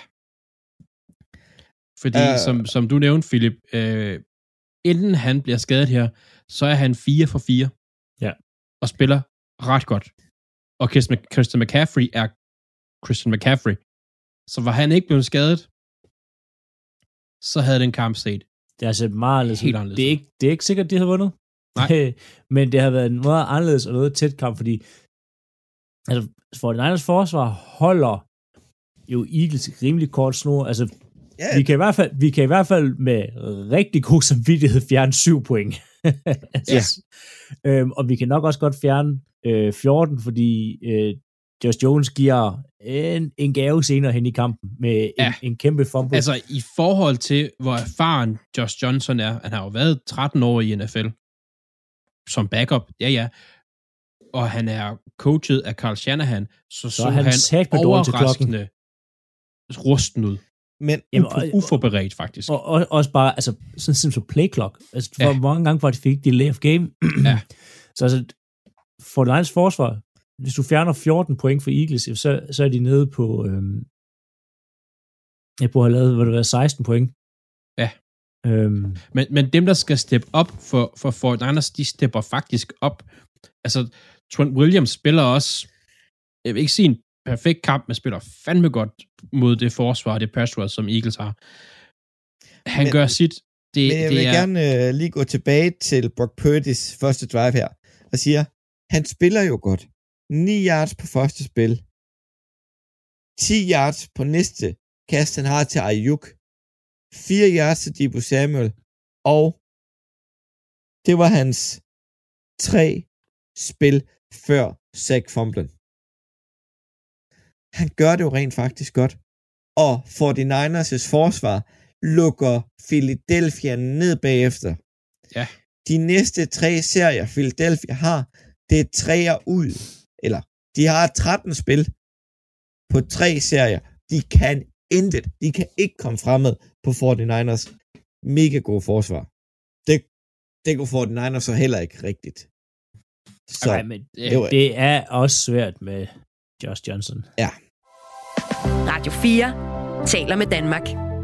Fordi, uh, som, som du nævnte, Philip, øh, inden han bliver skadet her, så er han fire for fire. Ja. Og spiller ret godt. Og Christian McCaffrey er Christian McCaffrey. Så var han ikke blevet skadet, så havde den kamp set. Det er altså meget anderledes. Helt anderledes. Det er ikke, det er ikke sikkert, de havde vundet. Nej. Men det har været en meget anderledes og noget tæt kamp, fordi altså, for den Niners forsvar holder jo Eagles rimelig kort snor. Altså, yeah. vi, kan i hvert fald, vi kan i hvert fald med rigtig god samvittighed fjerne syv point. altså, yeah. øhm, og vi kan nok også godt fjerne øh, fjorten, fordi øh, Josh Jones giver en, en gave senere hen i kampen med en, ja. en kæmpe fumble. Altså i forhold til, hvor erfaren Josh Johnson er, han har jo været tretten år i N F L som backup, ja ja, og han er coachet af Carl Shanahan, så så, Så er han han sat med dårlig til klokken. overraskende rusten ud. Men Jamen, Uf- uforberedt, faktisk. Og, og også bare, altså, sådan simpelthen som play clock. Altså, hvor Ja. mange gange var de fik delay of game. Ja. Så altså, for Lions forsvar, hvis du fjerner fjorten point for Eagles, så, så er de nede på, øhm, jeg burde have lavet, hvad det var, seksten point. Ja. Øhm, Men, men dem, der skal steppe op for, for forty-niners, de stepper faktisk op. Altså, Trent Williams spiller også, jeg vil ikke sige en perfekt kamp, men spiller fandme godt mod det forsvar, det pass rush, som Eagles har. Han Men- gør sit. Det, Men jeg det vil er, gerne øh, lige gå tilbage til Brock Purdy's første drive her, og siger, han spiller jo godt. ni yards på første spil. ti yards på næste kast, han har til Ayuk. fire yards til Deebo Samuel. Og det var hans tre spil før sack fumblen. Han gør det jo rent faktisk godt. Og forty-niners' forsvar lukker Philadelphia ned bagefter. Ja. De næste tre serier, Philadelphia har, det er treer ud. Eller, de har tretten spil på tre serier. De kan intet. De kan ikke komme fremad på forty-niners mega gode forsvar. Det, det går forty-niners så heller ikke rigtigt. Så, nej, men det var- det er også svært med Josh Johnson. ja. Radio fire taler med Danmark.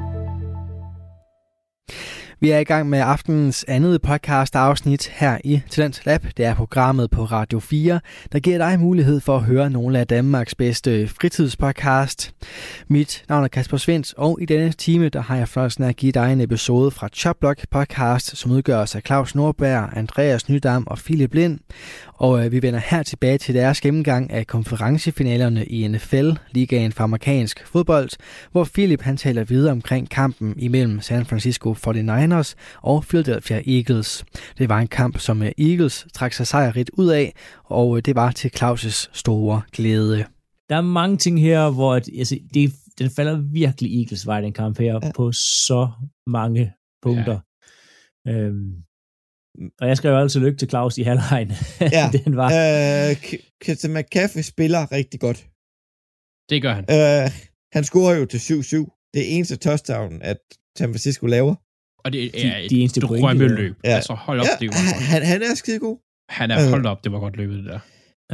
Vi er i gang med aftenens andet podcast afsnit her i Talent Lab. Det er programmet på Radio fire, der giver dig mulighed for at høre nogle af Danmarks bedste fritidspodcast. Mit navn er Kasper Svens, og i denne time der har jeg fornøjelsen af at give dig en episode fra Chopblock podcast, som udgøres af Claus Nordberg, Andreas Nydam og Philip Lind. Og øh, vi vender her tilbage til deres gennemgang af konferencefinalerne i N F L, ligaen for amerikansk fodbold, hvor Philip han taler videre omkring kampen imellem San Francisco forty-niners og Philadelphia Eagles. Det var en kamp, som Eagles trak sig sejrigt ud af, og det var til Claus' store glæde. Der er mange ting her, hvor at, altså, det, den falder virkelig Eagles vej, den kamp her, ja. på så mange punkter. Ja. Øhm, og jeg skal jo altid lykke til Claus i halvlejen. Ja. den var. Øh, Christian McCaffrey spiller rigtig godt. det gør han. Øh, han scorer jo til syv syv. Det er eneste touchdown, at San Francisco laver. Og det De- er et de eneste point, de drømmeløb. Ja. Altså, hold op, Ja, det var godt. han, han er skide god. Han er Øh. holdt op, det var godt løbet, det der.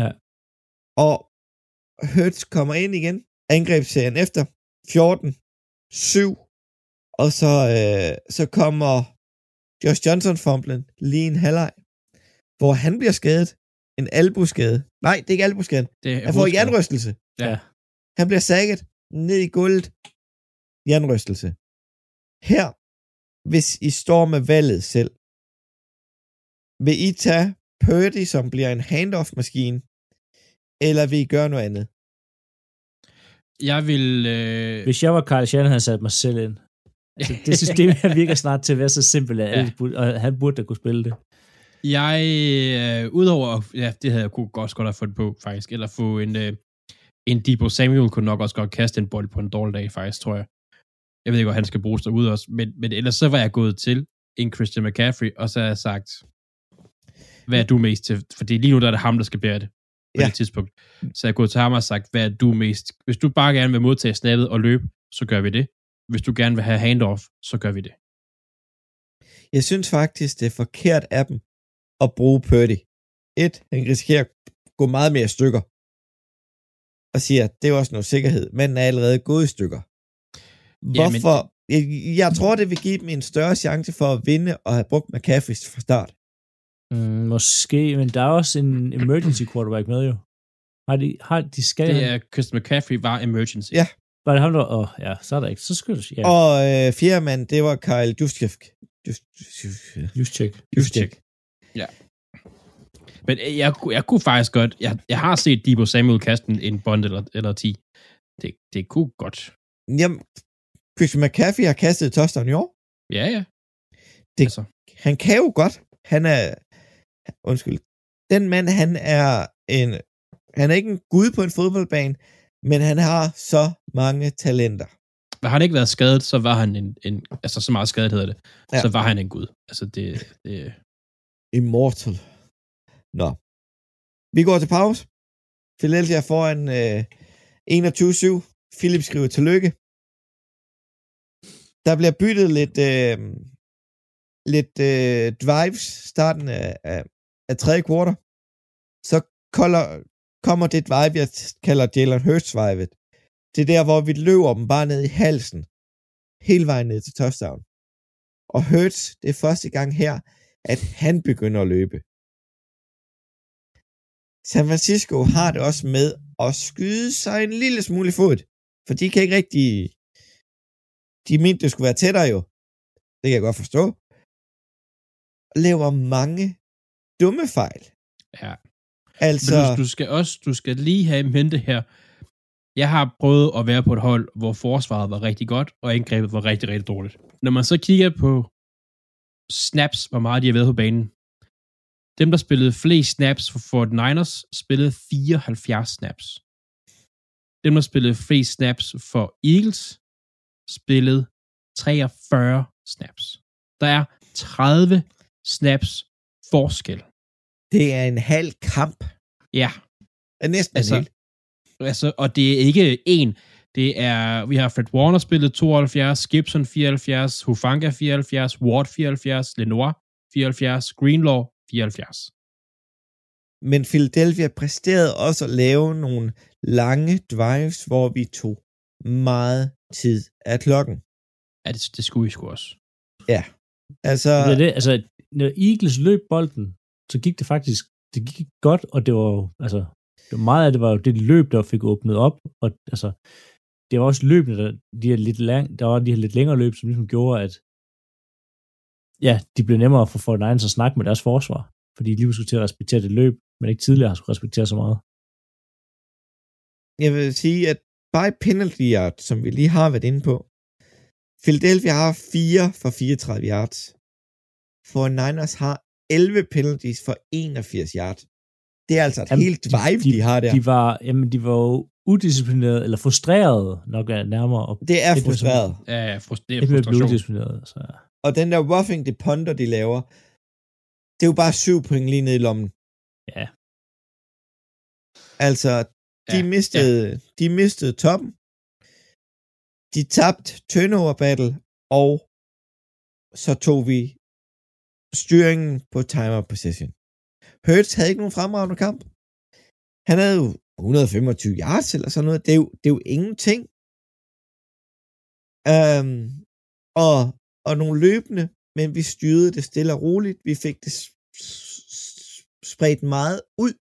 Og Hurts kommer ind igen. Angrebsserien efter. fjorten syv. Og så, øh, så kommer Josh Johnson fumblen lige en halvleg, hvor han bliver skadet. En albuskade. Nej, det er ikke albuskaden. Det er Han får hovedskade. jernrystelse. Ja. Han bliver sækket ned i gulvet. Jernrystelse. Her, hvis I står med valget selv, vil I tage Purdy, som bliver en handoff-maskine, eller vil I gøre noget andet? Jeg vil... Øh... Hvis jeg var Carl Shanahan, havde sat mig selv ind. Altså, det system her virker snart til at være så simpelt, at alle burde, og han burde da kunne spille det. Jeg, øh, udover, ja, det havde jeg kunne godt, godt have fundet på, faktisk, eller få en, øh, en Deebo Samuel kunne nok også godt kaste en bold på en dårlig dag, faktisk, tror jeg. Jeg ved ikke, hvor han skal bruges derude også, men, men ellers så var jeg gået til en Christian McCaffrey, og så har jeg sagt, hvad er du mest til? Fordi lige nu der er det ham, der skal bære det på Ja. det tidspunkt. Så jeg er gået til ham og sagt, hvad er du mest? Hvis du bare gerne vil modtage snappet og løbe, så gør vi det. Hvis du gerne vil have handoff, så gør vi det. Jeg synes faktisk, det er forkert af dem at bruge Purdy. Et, han risikerer at gå meget mere i stykker. Og siger, det er også noget sikkerhed, men er allerede gået i stykker. Hvorfor? Ja, men... jeg, jeg tror, det vil give dem en større chance for at vinde og have brugt McCaffrey fra start. Mm, måske, men der er også en emergency quarterback med jo. Har de, har de skal... Det er Christian McCaffrey var emergency. Ja. Var det ham, der... Åh, ja, så er der ikke. Så skal du... Ja, Og øh, fjerde mand, det var Kyle Juszczyk. Just, just, just check. Juszczyk. Ja. Men jeg, jeg kunne faktisk godt... Jeg, jeg har set Deebo Samuel kaste en, en bond eller, eller ti. Det, det kunne godt. Jamen, Christian McCaffrey har kastet et touchdown i år. Ja, ja. Det, altså. Han kan jo godt. Han er... Undskyld. Den mand, han er en... Han er ikke en gud på en fodboldbane, men han har så mange talenter. Har han ikke været skadet, så var han en... en altså, så meget skadet hedder det. Ja. Så var han en gud. Altså, det... det Immortal. Nå. Vi går til pause. Philadelphia foran øh, enogtyve syv. Philip skriver tillykke. Der bliver byttet lidt, øh, lidt øh, drives starten af, af, af tredje kvartal. Så kolder, kommer det drive, jeg kalder Jalen Hurts-drivet. Det er der, hvor vi løber dem bare ned i halsen. Hele vejen ned til touchdown. Og Hurts, det er første gang her, at han begynder at løbe. San Francisco har det også med at skyde sig en lille smule i fod. For de kan ikke rigtig... De mente, det skulle være tættere jo. Det kan jeg godt forstå. Og laver mange dumme fejl. Ja. Altså... Men du, du skal også du skal lige have i mente her. Jeg har prøvet at være på et hold, hvor forsvaret var rigtig godt, og angrebet var rigtig, rigtig dårligt. Når man så kigger på snaps, hvor meget de har været på banen. Dem, der spillede flest snaps for forty-niners, spillede fireoghalvfjerds snaps. Dem, der spillede flest snaps for Eagles, spillede treogfyrre snaps. Der er tredive snaps forskel. Det er en halv kamp. Ja. Er næsten altså, en hel. Altså, og det er ikke én. Det er, vi har Fred Warner spillet tooghalvfjerds, Gibson fireoghalvfjerds, Hufanga fireoghalvfjerds, Ward fireoghalvfjerds, Lenoir fireoghalvfjerds, Greenlaw fireoghalvfjerds. Men Philadelphia præsterede også at lave nogle lange drives, hvor vi tog meget tid af klokken. Ja, det, det skulle vi sgu også. Ja, altså... Det er det, altså, når Eagles løb bolden, så gik det faktisk, det gik godt, og det var jo, altså, det var meget af det var jo det løb, der fik åbnet op, og altså, det var også løbende, der, de her lidt lang, der var de her lidt længere løb, som ligesom gjorde, at ja, de blev nemmere for forty-niners at snakke med deres forsvar, fordi de lige skulle til at respektere det løb, men ikke tidligere har skulle respektere så meget. Jeg vil sige, at by penalty yard, som vi lige har været inde på, Philadelphia har fire for fireogtredive yards. forty-niners har elleve penalties for enogfirs yards. Det er altså et Jamen, helt drive, de, de, de har der. De var, jamen, de var jo udisciplineret, eller frustreret nok er nærmere. Og det er frustreret. Ja, ja, frust- det er frustration. frustration. Udisciplineret, så. Og den der roughing the punter, de laver, det er jo bare syv point lige ned i lommen. Ja. Altså, de, ja, mistede, ja. de mistede toppen. De tabte turnover battle, og så tog vi styringen på time of possession. Hurts havde ikke nogen fremragende kamp. Han havde jo et hundrede og femogtyve yards eller sådan noget. Det er jo, det er jo ingenting. Um, og, og nogle løbende, men vi styrede det stille og roligt. Vi fik det spredt meget ud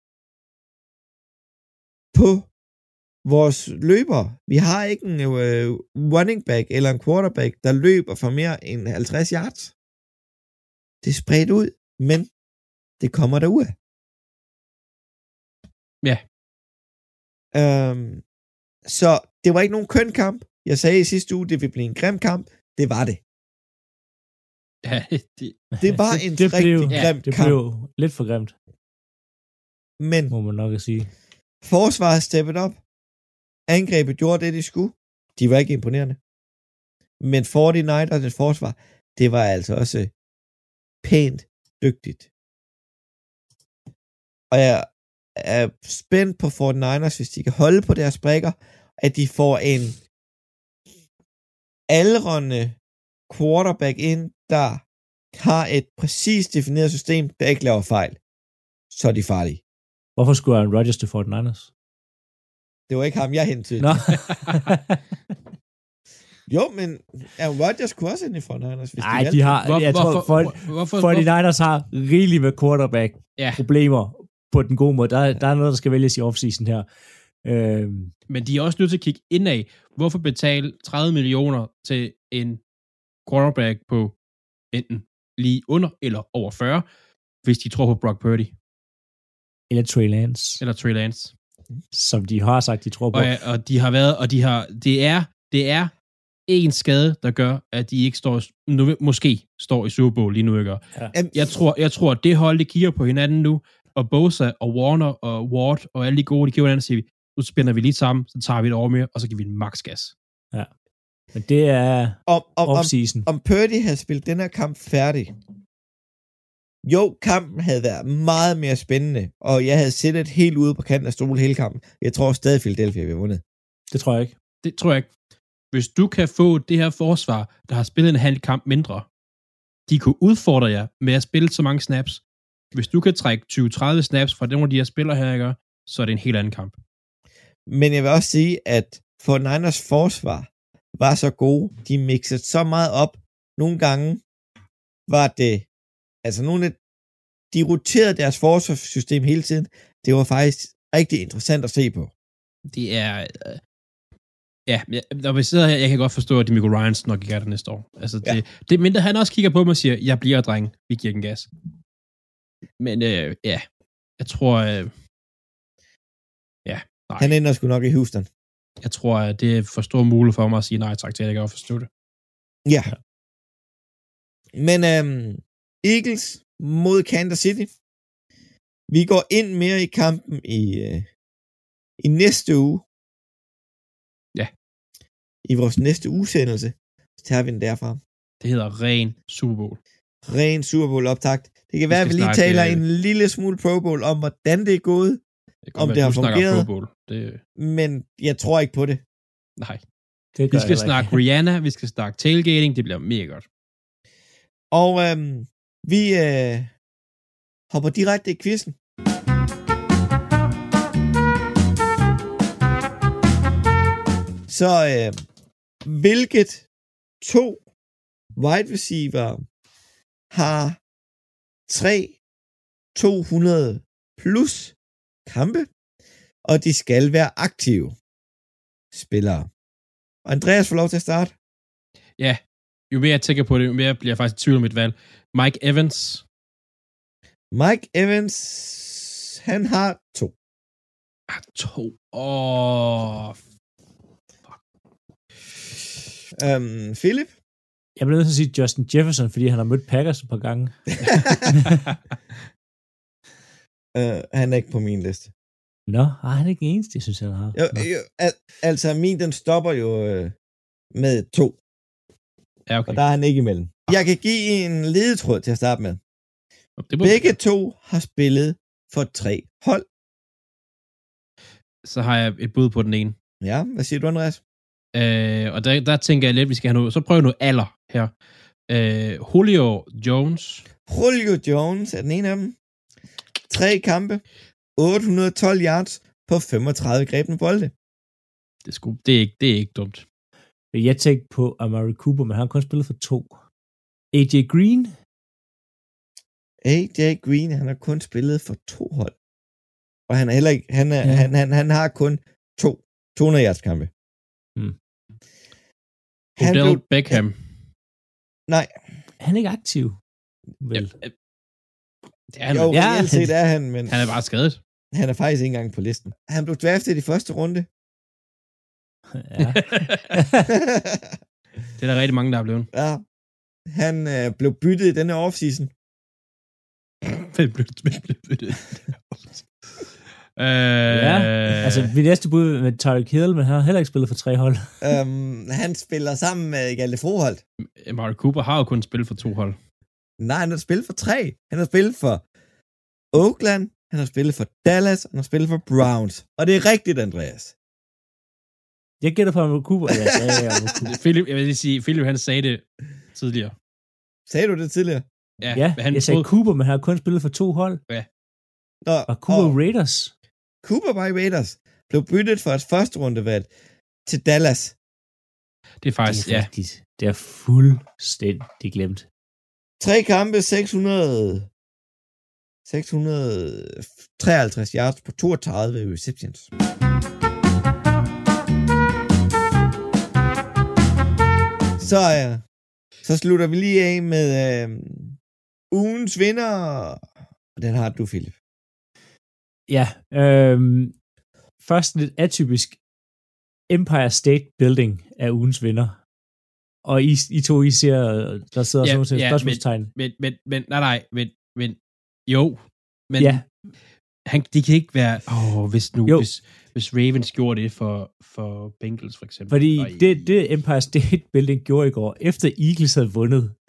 på vores løber. Vi har ikke en uh, running back eller en quarterback, der løber for mere end halvtreds yards. Det er spredt ud, men det kommer derud af. Ja. Um, så det var ikke nogen køn kamp. Jeg sagde i sidste uge, det ville blive en grim kamp. Det var det. Ja, det, det var en det rigtig blev, grim ja, det kamp. blev lidt for grimt. Men må man nok at sige. Forsvaret steppet op. Angrebet gjorde det, de skulle. De var ikke imponerende. Men forty-niners forsvar, det var altså også pænt dygtigt. Og jeg er spændt på forty-niners, hvis de kan holde på deres brækker, at de får en aldrende quarterback ind, der har et præcis defineret system, der ikke laver fejl. Så er de farlige. Hvorfor skulle Aaron Rodgers til forty-niners? Det var ikke ham, jeg hentede. Nå. Jo, men Aaron Rodgers kunne også ind i forty-niners, hvis Nej, de, de har, Hvor, jeg tror, hvorfor, for, hvorfor, forty-niners har rigeligt med quarterback-problemer ja. på den gode måde. Der, der er noget, der skal vælges i offseason her. Øhm. Men de er også nødt til at kigge indad. Hvorfor betale tredive millioner til en quarterback på enten lige under eller over fyrre, hvis de tror på Brock Purdy? Eller Trey Lance. Eller Trey Lance. Som de har sagt, de tror på. Og, og de har været, og de har, det er, det er en skade, der gør, at de ikke står, nu, måske står i Super Bowl lige nu, ikke? Ja. Jeg tror, jeg tror, at det hold, de kigger på hinanden nu, og Bosa og Warner og Ward og alle de gode, de kigger på hinanden og siger, nu spænder vi lige sammen, så tager vi et år mere, og så giver vi en max gas. Ja. Men det er om, om, off-season. Om, om Purdy havde spillet den her kamp færdig, Jo, kampen havde været meget mere spændende, og jeg havde siddet helt ude på kanten af stolen hele kampen. Jeg tror stadig, Philadelphia vil have vundet. Det tror jeg ikke. Det tror jeg ikke. Hvis du kan få det her forsvar, der har spillet en halv kamp mindre, de kunne udfordre jer med at spille så mange snaps. Hvis du kan trække tyve til tredive snaps fra nogle af de her spillere her, ikke, så er det en helt anden kamp. Men jeg vil også sige, at for Niners forsvar var så gode. De mixede så meget op. Nogle gange var det, altså nogle af, de roterede deres forsvarssystem hele tiden. Det var faktisk rigtig interessant at se på. Det er, øh, ja, når vi sidder her, jeg kan godt forstå, at Demico Ryans nok ikke er der næste år. Altså, det, ja. det er mindre, han også kigger på mig og siger, jeg bliver dreng, vi giver den gas. Men øh, ja, jeg tror, øh, ja, nej. Han ender sgu nok i Houston. Jeg tror, at det er for stor mulighed for mig at sige nej tak til, at jeg kan godt forstå det. Ja. Men øhm, Eagles mod Kansas City. Vi går ind mere i kampen i, øh, i næste uge. Ja. I vores næste ugesendelse. Så tager vi den derfra. Det hedder ren Super Bowl. Ren Super Bowl optakt. Det kan være, at vi lige snakke, taler en lille smule Pro Bowl om, hvordan det er gået. Det om være, det har fungeret. Det... Men jeg tror ikke på det. Nej. Det vi skal snakke Rihanna, vi skal snakke tailgating. Det bliver mega godt. Og øhm, vi øh, hopper direkte i quizzen. Så øh, hvilket to wide receiver har tre to hundrede plus kampe, og de skal være aktive spillere. Og Andreas får lov til at starte. Ja, jo mere jeg tænker på det, jo mere bliver jeg faktisk i tvivl om mit valg. Mike Evans. Mike Evans, han har to. Ah, to. Åh. Oh. Um, Philip? Jeg bliver nødt til at sige Justin Jefferson, fordi han har mødt Packers et par gange. uh, han er ikke på min liste. Nå, ah, han er ikke den eneste, jeg synes, han har. Jo, jo, al- altså, min, den stopper jo øh, med to. Ja, okay. Og der er han ikke imellem. Jeg kan give en ledetråd til at starte med. Begge to har spillet for tre hold. Så har jeg et bud på den ene. Ja, hvad siger du, Andreas? Øh, og der, der tænker jeg lidt, vi skal have noget. Så prøv noget alder her. Øh, Julio Jones. Julio Jones er den ene af dem. Tre kampe. otte hundrede og tolv yards på femogtredive grebne bolde. Det er, sgu, det er, ikke, det er ikke dumt. Jeg tænkte på Amari Cooper, men han har kun spillet for to. A J Green? A J Green, han har kun spillet for to hold. Og han er heller ikke, han, er, ja. han, han, han har kun to to hundrede yards kampe. Hmm. Han Odell blev, Beckham. Nej. Han er ikke aktiv. Vel. Ja, det er han. Jo, ja, reelt set er han, men... Han er bare skadet. Han er faktisk ikke engang på listen. Han blev draftet i første runde. Ja. Det er der rigtig mange, der er blevet. Ja. Han øh, blev byttet i denne offseason. Hvem blev byttet? Øh, ja, altså vi næste bud med Tyreek Hill, men han har heller ikke spillet for tre hold. um, han spiller sammen med Hjalte Froholt. Amari Cooper har jo kun spillet for to hold. Nej, han har spillet for tre. Han har spillet for Oakland, han har spillet for Dallas, og han har spillet for Browns. Og det er rigtigt, Andreas. Jeg gætter på Amari Cooper. Ja, ja, ja, Cooper. Philip, jeg vil lige sige, Philip han sagde det tidligere. Sagde du det tidligere? Ja, ja han jeg sagde Cooper, men han har kun spillet for to hold. Ja. Nå, og Cooper og Raiders. Cooper by Raiders blev byttet for et første rundevalg til Dallas. Det er faktisk, det er ja. Rigtigt. Det er fuldstændig glemt. Tre kampe, seks hundrede, seks hundrede treoghalvtreds yards på toogtredive receptions. Så, uh, så slutter vi lige af med uh, ugens vinder. Den har du, Philip. Ja, øhm, først lidt atypisk. Empire State Building er ugens vinder. Og I, I to, I ser, der sidder ja, sådan nogle ja, spørgsmålstegn. Men, men, men, nej, nej, men, men jo, men ja. han, de kan ikke være, åh, hvis nu, hvis, hvis Ravens gjorde det for, for Bengals for eksempel. Fordi det, det Empire State Building gjorde i går, efter Eagles havde vundet,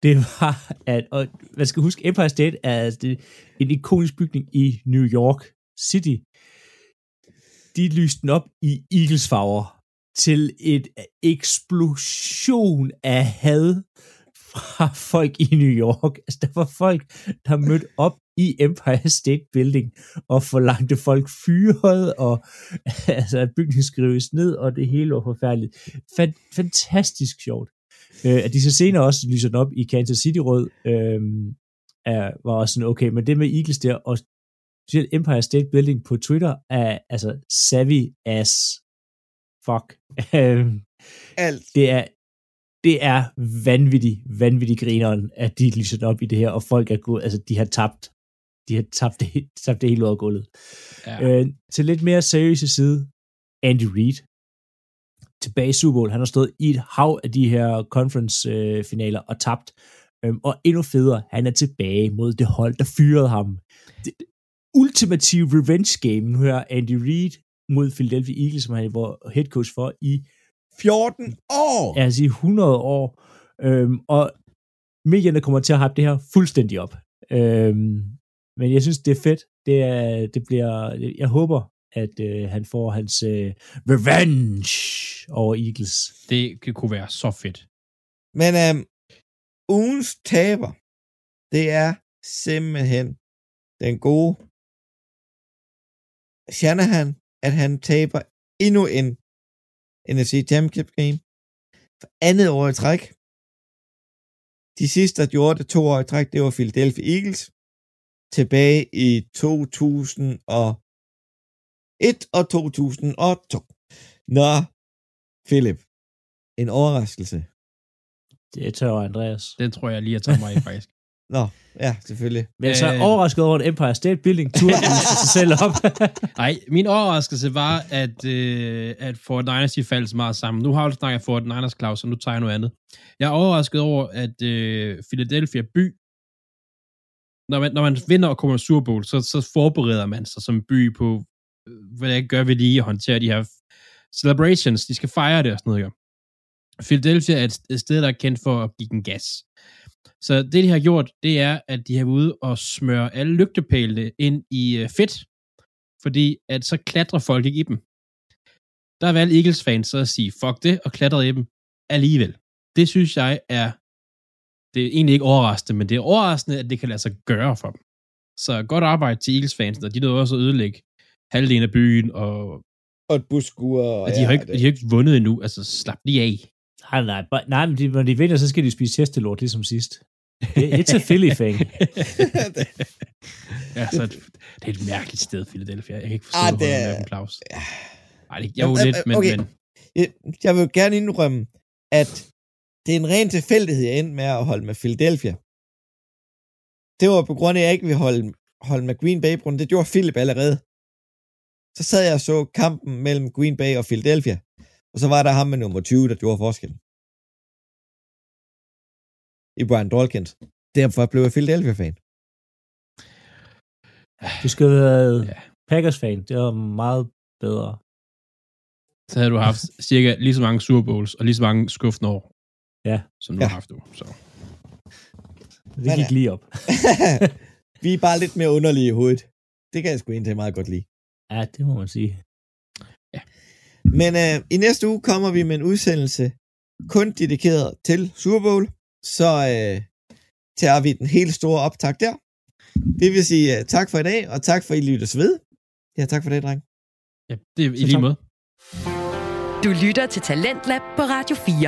det var, at, og man skal huske, Empire State er altså en ikonisk bygning i New York City. De lyste den op i Eagles farver til et eksplosion af had fra folk i New York. Altså, der var folk, der mødte op i Empire State Building og forlangte folk fyret, og altså, bygningen skrives ned, og det hele var forfærdeligt. Fan- fantastisk sjovt. Øh, at de så senere også lyser den op i Kansas City rød, øh, er, var også sådan, okay, men det med Eagles der, og Empire State Building på Twitter, er altså savvy as fuck. Øh, Alt. Det er det er vanvittigt, vanvittigt grineren, at de lyser den op i det her, og folk er gået, altså de har tabt, de har tabt det, tabt det hele over gulvet. Ja. Øh, til lidt mere seriøse side, Andy Reid, tilbage i Super Bowl, han har stået i et hav af de her conference-finaler og tabt, øhm, og endnu federe, han er tilbage mod det hold, der fyrede ham. Det ultimative revenge game, nu hører Andy Reid mod Philadelphia Eagles, som han var head coach for i fjorten år! Ja, altså i hundrede år. Øhm, og medierne kommer til at have det her fuldstændig op. Øhm, men jeg synes, det er fedt. Det, er, det bliver, jeg håber, at øh, han får hans øh, revenge over Eagles. Det, det kunne være så fedt. Men øhm, ugens taber, det er simpelthen den gode Shanahan, at han taber endnu en N F C Championship game for andet år i træk. De sidste, der gjorde det to år i træk, det var Philadelphia Eagles tilbage i to tusind og et og to tusind og to. Nå, Philip, en overraskelse. Det tør Andreas. Den tror jeg lige at tage mig i, faktisk. Nå, ja, selvfølgelig. Men jeg er så øh... overrasket over, at Empire State Building turde vise sig selv op. Nej, min overraskelse var, at, øh, at forty-niners de faldt så meget sammen. Nu har jeg jo snakket forty-niners, Claus, så nu tager jeg noget andet. Jeg er overrasket over, at øh, Philadelphia by, når man, når man vinder og kommer til Super Bowl, så, så forbereder man sig som by på, øh, hvordan gør vi lige at håndtere de her celebrations. De skal fejre det og sådan noget. Philadelphia er et, et sted, der er kendt for at give den gas. Så det, de har gjort, det er, at de har været ude og smøre alle lygtepælene ind i øh, fedt, fordi at så klatrer folk ikke i dem. Der er valgt Eagles-fans så at sige, fuck det, og klatre i dem alligevel. Det synes jeg er, det er egentlig ikke overraskende, men det er overraskende, at det kan lade sig gøre for dem. Så godt arbejde til Eagles-fans, og de nåede også at ødelægge halvdelen af byen, og, og et busskur. Og de, ja, har ikke, de har ikke vundet endnu, altså slap lige af. Nej, nej, nej, men de, når de vinder, så skal de spise hestelort, ligesom sidst. It's a Philly thing. Ja, så det er et mærkeligt sted, Philadelphia. Jeg kan ikke forstå, ah, det er... er Claus. Nej, det er jo lidt, men... Okay. men... Jeg, jeg vil gerne indrømme, at det er en ren tilfældighed, jeg endte med at holde med Philadelphia. Det var på grund af, at jeg ikke ville holde, holde med Green Bay, det gjorde Philip allerede. Så sad jeg og så kampen mellem Green Bay og Philadelphia, og så var der ham med nummer tyve, der gjorde forskellen. I Brian Dawkins. Derfor blev jeg Philadelphia-fan. Du skal være ja. Packers-fan. Det var meget bedre. Så havde du haft cirka lige så mange Super Bowls og lige så mange skuffende år. Ja. Som du ja. har haft du. Så. Det gik lige op. Vi er bare lidt mere underlige i hovedet. Det kan jeg sgu egentlig meget godt lide. Ja, det må man sige. Ja. Men øh, i næste uge kommer vi med en udsendelse kun dedikeret til Super Bowl. Så øh, tager vi den helt store optag der. Det vil sige uh, tak for i dag, og tak for, at I lyttes ved. Ja, tak for det, dreng. Ja, det er i lige måde. Du lytter til Talentlab på Radio fire.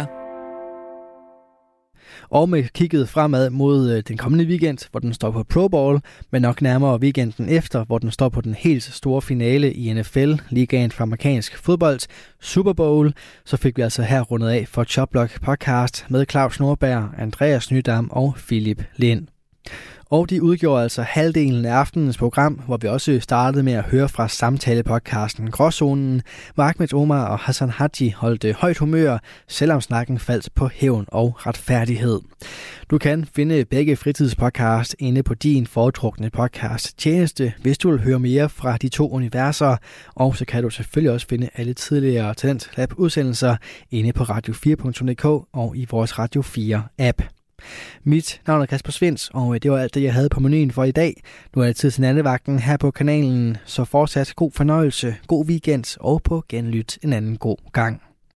Og med kigget fremad mod øh, den kommende weekend, hvor den står på Pro Bowl, men nok nærmere weekenden efter, hvor den står på den helt store finale i N F L, ligaen for amerikansk fodbold, Super Bowl, så fik vi altså her rundet af for Chopblock podcast med Claus Nordberg, Andreas Nydam og Philip Lind. Og de udgjorde altså halvdelen af aftenens program, hvor vi også startede med at høre fra samtalepodcasten Gråzonen, hvor Ahmed Omar og Hassan Haji holdte højt humør, selvom snakken faldt på hævn og retfærdighed. Du kan finde begge fritidspodcast inde på din foretrukne podcast tjeneste, hvis du vil høre mere fra de to universer, og så kan du selvfølgelig også finde alle tidligere Talentlab udsendelser inde på radio fire punktum d k og i vores Radio fire app. Mit navn er Kasper Svens, og det var alt det, jeg havde på menuen for i dag. Nu er det tid til nattevagten her på kanalen, så fortsat god fornøjelse, god weekend og på genlyt en anden god gang.